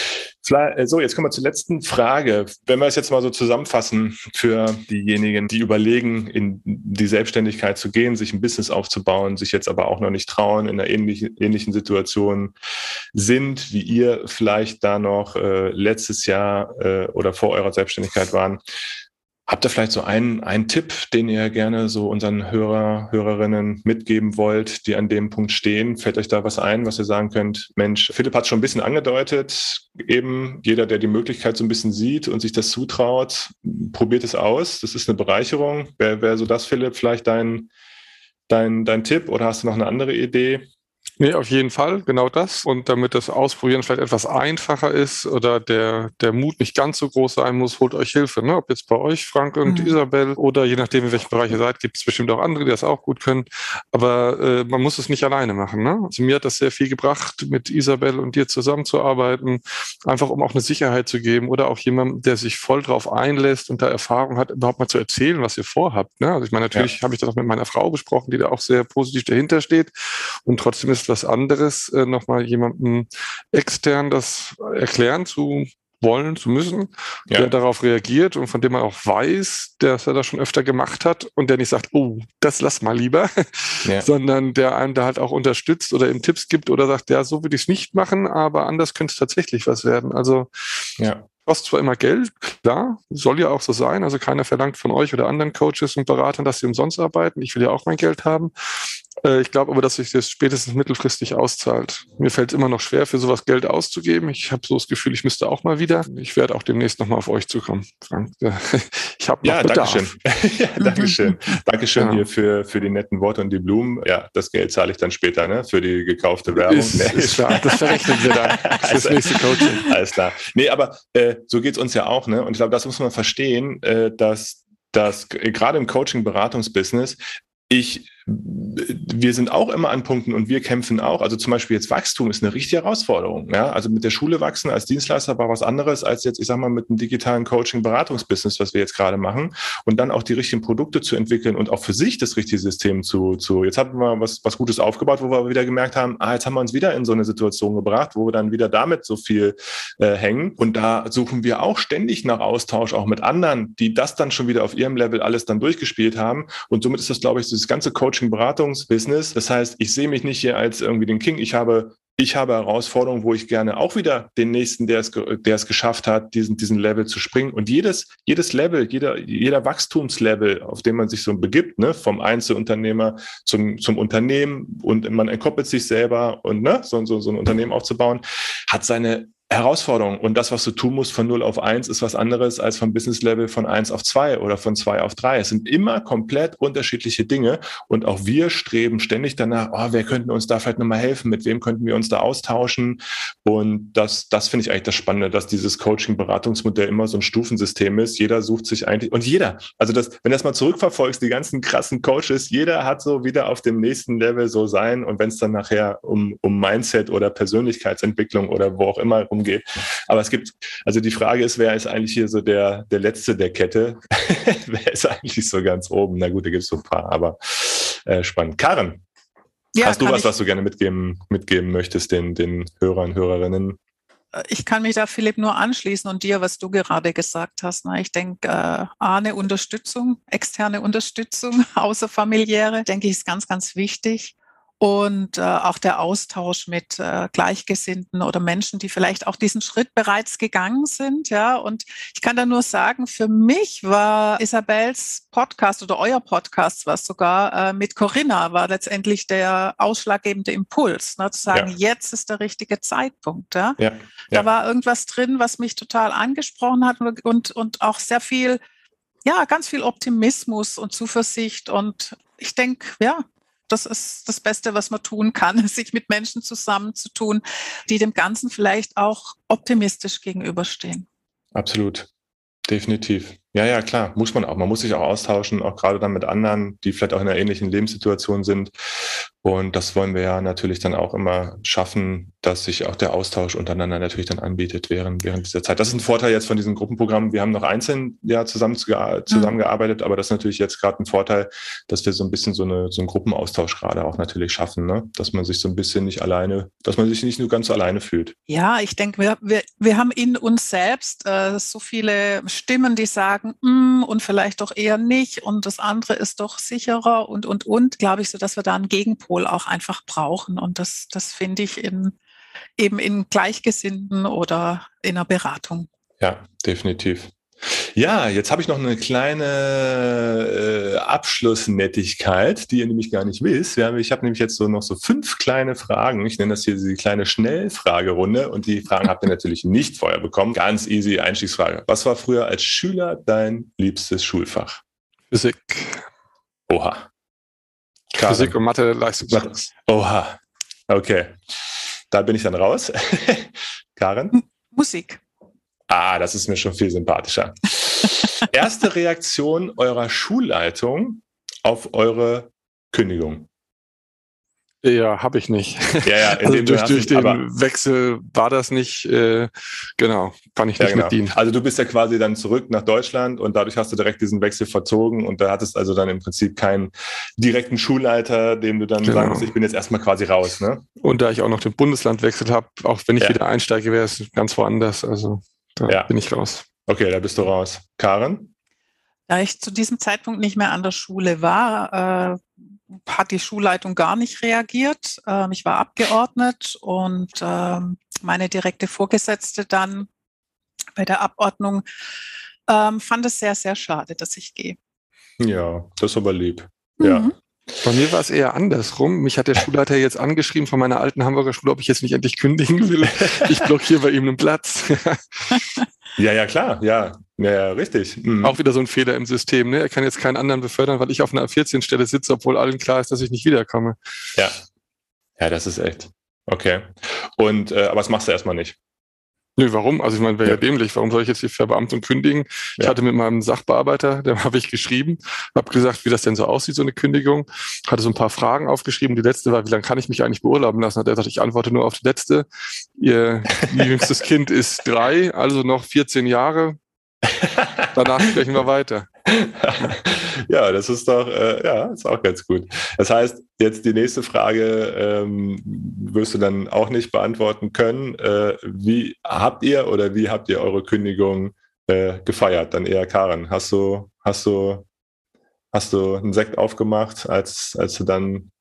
So, jetzt kommen wir zur letzten Frage. Wenn wir es jetzt mal so zusammenfassen für diejenigen, die überlegen, in die Selbstständigkeit zu gehen, sich ein Business aufzubauen, sich jetzt aber auch noch nicht trauen, in einer ähnlichen, ähnlichen Situation sind, wie ihr vielleicht da noch äh, letztes Jahr äh, oder vor eurer Selbstständigkeit waren. Habt ihr vielleicht so einen, einen Tipp, den ihr gerne so unseren Hörer, Hörerinnen mitgeben wollt, die an dem Punkt stehen? Fällt euch da was ein, was ihr sagen könnt? Mensch, Philipp hat schon ein bisschen angedeutet, eben jeder, der die Möglichkeit so ein bisschen sieht und sich das zutraut, probiert es aus. Das ist eine Bereicherung. Wäre wär so das, Philipp, vielleicht dein, dein, dein Tipp oder hast du noch eine andere Idee? Nee, auf jeden Fall, genau das. Und damit das Ausprobieren vielleicht etwas einfacher ist oder der, der Mut nicht ganz so groß sein muss, holt euch Hilfe. Ne? Ob jetzt bei euch, Frank und mhm. Isabel, oder je nachdem, in welchem Bereich ihr seid, gibt es bestimmt auch andere, die das auch gut können. Aber äh, man muss es nicht alleine machen. Ne? Also mir hat das sehr viel gebracht, mit Isabel und dir zusammenzuarbeiten, einfach um auch eine Sicherheit zu geben oder auch jemand, der sich voll drauf einlässt und da Erfahrung hat, überhaupt mal zu erzählen, was ihr vorhabt. Ne? Also ich meine, natürlich ja. habe ich das auch mit meiner Frau besprochen, die da auch sehr positiv dahinter steht. Und trotzdem ist was anderes, äh, nochmal jemandem extern das erklären zu wollen, zu müssen, ja. der darauf reagiert und von dem man auch weiß, dass er das schon öfter gemacht hat und der nicht sagt, oh, das lass mal lieber, ja. sondern der einem da halt auch unterstützt oder ihm Tipps gibt oder sagt, ja, so würde ich es nicht machen, aber anders könnte es tatsächlich was werden. Also ja. Kostet zwar immer Geld, klar, soll ja auch so sein. Also keiner verlangt von euch oder anderen Coaches und Beratern, dass sie umsonst arbeiten. Ich will ja auch mein Geld haben. Ich glaube aber, dass sich das spätestens mittelfristig auszahlt. Mir fällt es immer noch schwer, für sowas Geld auszugeben. Ich habe so das Gefühl, ich müsste auch mal wieder. Ich werde auch demnächst nochmal auf euch zukommen, Frank. Ich habe noch ja, Bedarf. Dankeschön. ja, Dankeschön. Dankeschön ja. hier für, für die netten Worte und die Blumen. Ja, das Geld zahle ich dann später, ne? Für die gekaufte Werbung. Ist, nee. ist klar, das verrechnen wir dann fürs nächste Coaching. Alles klar. Nee, aber äh, so geht's uns ja auch, ne? Und ich glaube, das muss man verstehen, äh, dass, dass gerade im Coaching-Beratungsbusiness ich wir sind auch immer an Punkten und wir kämpfen auch. Also zum Beispiel jetzt Wachstum ist eine richtige Herausforderung. Ja? Also mit der Schule wachsen als Dienstleister war was anderes als jetzt, ich sag mal, mit einem digitalen Coaching-Beratungsbusiness, was wir jetzt gerade machen. Und dann auch die richtigen Produkte zu entwickeln und auch für sich das richtige System zu, zu jetzt haben wir was, was Gutes aufgebaut, wo wir wieder gemerkt haben, ah, jetzt haben wir uns wieder in so eine Situation gebracht, wo wir dann wieder damit so viel äh, hängen. Und da suchen wir auch ständig nach Austausch, auch mit anderen, die das dann schon wieder auf ihrem Level alles dann durchgespielt haben. Und somit ist das, glaube ich, so das ganze Coaching-Beratungsbusiness. Das heißt, ich sehe mich nicht hier als irgendwie den King. Ich habe, ich habe Herausforderungen, wo ich gerne auch wieder den nächsten, der es, der es geschafft hat, diesen, diesen Level zu springen. Und jedes, jedes Level, jeder, jeder Wachstumslevel, auf dem man sich so begibt, ne, vom Einzelunternehmer zum, zum Unternehmen und man entkoppelt sich selber und ne, so, so, so ein Unternehmen aufzubauen, hat seine Herausforderung. Und das, was du tun musst von null auf eins, ist was anderes als vom Business-Level von eins auf zwei oder von zwei auf drei. Es sind immer komplett unterschiedliche Dinge. Und auch wir streben ständig danach, oh, wer könnte uns da vielleicht nochmal helfen? Mit wem könnten wir uns da austauschen? Und das, das finde ich eigentlich das Spannende, dass dieses Coaching-Beratungsmodell immer so ein Stufensystem ist. Jeder sucht sich eigentlich, und jeder, also das, wenn du das mal zurückverfolgst, die ganzen krassen Coaches, jeder hat so wieder auf dem nächsten Level so sein. Und wenn es dann nachher um, um Mindset oder Persönlichkeitsentwicklung oder wo auch immer um geht. Aber es gibt, also die Frage ist, wer ist eigentlich hier so der, der Letzte der Kette? Wer ist eigentlich so ganz oben? Na gut, da gibt es so ein paar, aber äh, spannend. Karen, ja, hast du was, ich, was du gerne mitgeben, mitgeben möchtest den, den Hörern, Hörerinnen? Ich kann mich da, Philipp, nur anschließen und dir, was du gerade gesagt hast. Ich denke, äh, eine Unterstützung, externe Unterstützung, außerfamiliäre, denke ich, ist ganz, ganz wichtig. Und äh, auch der Austausch mit äh, Gleichgesinnten oder Menschen, die vielleicht auch diesen Schritt bereits gegangen sind. Ja, und ich kann da nur sagen, für mich war Isabels Podcast oder euer Podcast, was sogar äh, mit Corinna, war letztendlich der ausschlaggebende Impuls, ne, zu sagen, ja, jetzt ist der richtige Zeitpunkt. Ja? Ja, ja. Da war irgendwas drin, was mich total angesprochen hat und, und auch sehr viel, ja, ganz viel Optimismus und Zuversicht. Und ich denke, ja, das ist das Beste, was man tun kann, sich mit Menschen zusammenzutun, die dem Ganzen vielleicht auch optimistisch gegenüberstehen. Absolut, definitiv. Ja, ja, klar, muss man auch. Man muss sich auch austauschen, auch gerade dann mit anderen, die vielleicht auch in einer ähnlichen Lebenssituation sind. Und das wollen wir ja natürlich dann auch immer schaffen, dass sich auch der Austausch untereinander natürlich dann anbietet während, während dieser Zeit. Das ist ein Vorteil jetzt von diesen Gruppenprogrammen. Wir haben noch einzeln ja zusammen zusammengearbeitet, aber das ist natürlich jetzt gerade ein Vorteil, dass wir so ein bisschen so, eine, so einen Gruppenaustausch gerade auch natürlich schaffen, ne? Dass man sich so ein bisschen nicht alleine, dass man sich nicht nur ganz so alleine fühlt. Ja, ich denke, wir, wir, wir haben in uns selbst äh, so viele Stimmen, die sagen, mm, und vielleicht doch eher nicht und das andere ist doch sicherer und, und, und, glaube ich, so, dass wir da einen Gegenpol auch einfach brauchen. Und das, das finde ich in, eben in Gleichgesinnten oder in einer Beratung. Ja, definitiv. Ja, jetzt habe ich noch eine kleine äh, Abschlussnettigkeit, die ihr nämlich gar nicht wisst. Wir haben, ich habe nämlich jetzt so noch so fünf kleine Fragen. Ich nenne das hier die kleine Schnellfragerunde und die Fragen habt ihr natürlich nicht vorher bekommen. Ganz easy Einstiegsfrage. Was war früher als Schüler dein liebstes Schulfach? Physik. Oha. Karen. Physik und Mathe, Leistungskurs. Oha. Okay. Da bin ich dann raus. Karen? Musik. Ah, das ist mir schon viel sympathischer. Erste Reaktion eurer Schulleitung auf eure Kündigung? Ja, habe ich nicht. Ja, ja, also durch, durch den Wechsel war das nicht, äh, genau, kann ich nicht ja, genau. mit dienen. Also du bist ja quasi dann zurück nach Deutschland und dadurch hast du direkt diesen Wechsel verzogen und da hattest also dann im Prinzip keinen direkten Schulleiter, dem du dann genau. sagen musst, ich bin jetzt erstmal quasi raus, ne? Und da ich auch noch den Bundesland wechselt habe, auch wenn ich ja. wieder einsteige, wäre es ganz woanders, also da ja. bin ich raus. Okay, da bist du raus. Karen? Da ich zu diesem Zeitpunkt nicht mehr an der Schule war, äh, hat die Schulleitung gar nicht reagiert. Ähm, ich war abgeordnet und ähm, meine direkte Vorgesetzte dann bei der Abordnung. Ähm, fand es sehr, sehr schade, dass ich gehe. Ja, das ist aber lieb. Mhm. Ja. Bei mir war es eher andersrum. Mich hat der Schulleiter jetzt angeschrieben von meiner alten Hamburger Schule, ob ich jetzt nicht endlich kündigen will. Ich blockiere bei ihm einen Platz. Ja, ja, klar, ja, ja, ja richtig. Mhm. Auch wieder so ein Fehler im System. Ne? Er kann jetzt keinen anderen befördern, weil ich auf einer vierzehn Stelle sitze, obwohl allen klar ist, dass ich nicht wiederkomme. Ja, ja, das ist echt. Okay. Und äh, aber das machst du erstmal nicht. Nö, warum? Also ich meine, wäre ja. Ja. dämlich. Warum soll ich jetzt die Verbeamtung kündigen? Ich Ja. hatte mit meinem Sachbearbeiter, dem habe ich geschrieben, habe gesagt, wie das denn so aussieht, so eine Kündigung. Hatte so ein paar Fragen aufgeschrieben. Die letzte war, wie lange kann ich mich eigentlich beurlauben lassen? Hat er gesagt, ich antworte nur auf die letzte. Ihr jüngstes Kind ist drei, also noch vierzehn Jahre. Danach sprechen wir weiter. Ja, das ist doch, äh, ja, ist auch ganz gut. Das heißt, jetzt die nächste Frage ähm, wirst du dann auch nicht beantworten können. Äh, wie habt ihr oder wie habt ihr eure Kündigung äh, gefeiert? Dann eher Karen. Hast du, hast du, hast du einen Sekt aufgemacht, als, als du dann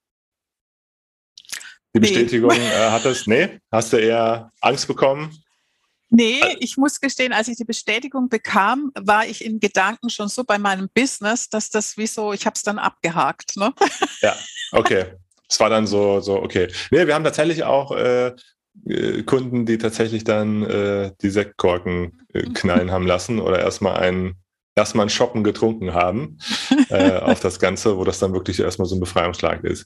die Bestätigung nee. äh, hattest? Nee? Hast du eher Angst bekommen? Nee, ich muss gestehen, als ich die Bestätigung bekam, war ich in Gedanken schon so bei meinem Business, dass das wie so, ich habe es dann abgehakt. Ne? Ja, okay. Es war dann so, so okay. Nee, wir haben tatsächlich auch äh, Kunden, die tatsächlich dann äh, die Sektkorken äh, knallen haben lassen oder erstmal einen erstmal einen Schoppen getrunken haben äh, auf das Ganze, wo das dann wirklich erstmal so ein Befreiungsschlag ist.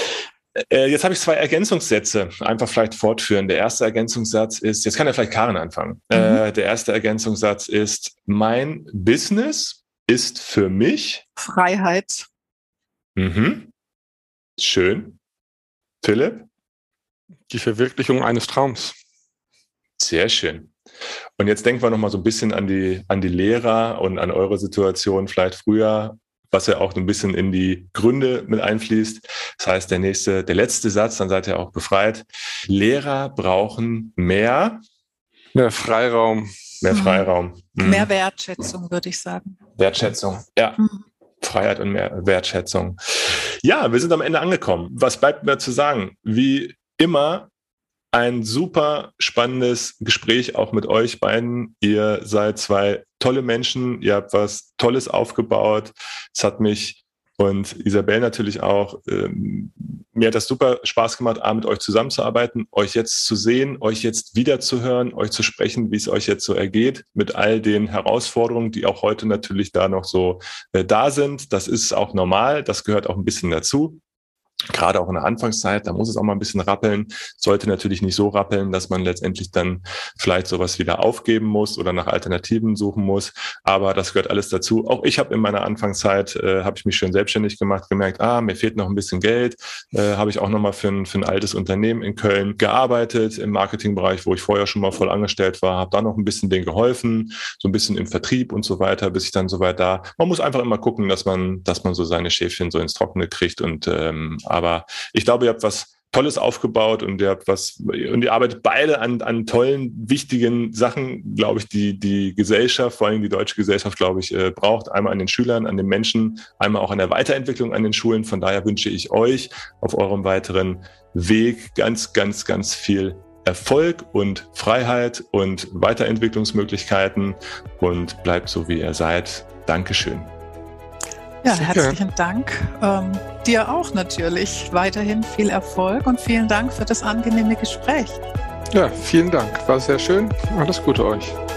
Äh, jetzt habe ich zwei Ergänzungssätze, einfach vielleicht fortführen. Der erste Ergänzungssatz ist, jetzt kann ja vielleicht Karen anfangen. Mhm. Äh, der erste Ergänzungssatz ist, mein Business ist für mich Freiheit. Mhm. Schön. Philipp? Die Verwirklichung eines Traums. Sehr schön. Und jetzt denken wir nochmal so ein bisschen an die, an die Lehrer und an eure Situation vielleicht früher, was ja auch ein bisschen in die Gründe mit einfließt. Das heißt, der nächste, der letzte Satz, dann seid ihr auch befreit. Lehrer brauchen mehr, mehr Freiraum. Mehr Freiraum. Mhm. Mehr Wertschätzung, würde ich sagen. Wertschätzung, ja. Mhm. Freiheit und mehr Wertschätzung. Ja, wir sind am Ende angekommen. Was bleibt mir zu sagen? Wie immer ein super spannendes Gespräch auch mit euch beiden. Ihr seid zwei tolle Menschen. Ihr habt was Tolles aufgebaut. Es hat mich und Isabel natürlich auch, ähm, mir hat das super Spaß gemacht, A, mit euch zusammenzuarbeiten, euch jetzt zu sehen, euch jetzt wieder zu hören, euch zu sprechen, wie es euch jetzt so ergeht, mit all den Herausforderungen, die auch heute natürlich da noch so äh, da sind. Das ist auch normal. Das gehört auch ein bisschen dazu. Gerade auch in der Anfangszeit, da muss es auch mal ein bisschen rappeln. Sollte natürlich nicht so rappeln, dass man letztendlich dann vielleicht sowas wieder aufgeben muss oder nach Alternativen suchen muss. Aber das gehört alles dazu. Auch ich habe in meiner Anfangszeit, äh, habe ich mich schön selbstständig gemacht, gemerkt, ah, mir fehlt noch ein bisschen Geld. Äh, habe ich auch nochmal für ein, für ein altes Unternehmen in Köln gearbeitet, im Marketingbereich, wo ich vorher schon mal voll angestellt war. Habe da noch ein bisschen denen geholfen, so ein bisschen im Vertrieb und so weiter, bis ich dann soweit da. Man muss einfach immer gucken, dass man, dass man so seine Schäfchen so ins Trockene kriegt und ähm, aber ich glaube, ihr habt was Tolles aufgebaut und ihr habt was und ihr arbeitet beide an, an tollen, wichtigen Sachen, glaube ich, die die Gesellschaft, vor allem die deutsche Gesellschaft, glaube ich, äh, braucht. Einmal an den Schülern, an den Menschen, einmal auch an der Weiterentwicklung an den Schulen. Von daher wünsche ich euch auf eurem weiteren Weg ganz, ganz, ganz viel Erfolg und Freiheit und Weiterentwicklungsmöglichkeiten und bleibt so, wie ihr seid. Dankeschön. Ja, herzlichen Dank. Ähm, dir auch natürlich. Weiterhin viel Erfolg und vielen Dank für das angenehme Gespräch. Ja, vielen Dank. War sehr schön. Alles Gute euch.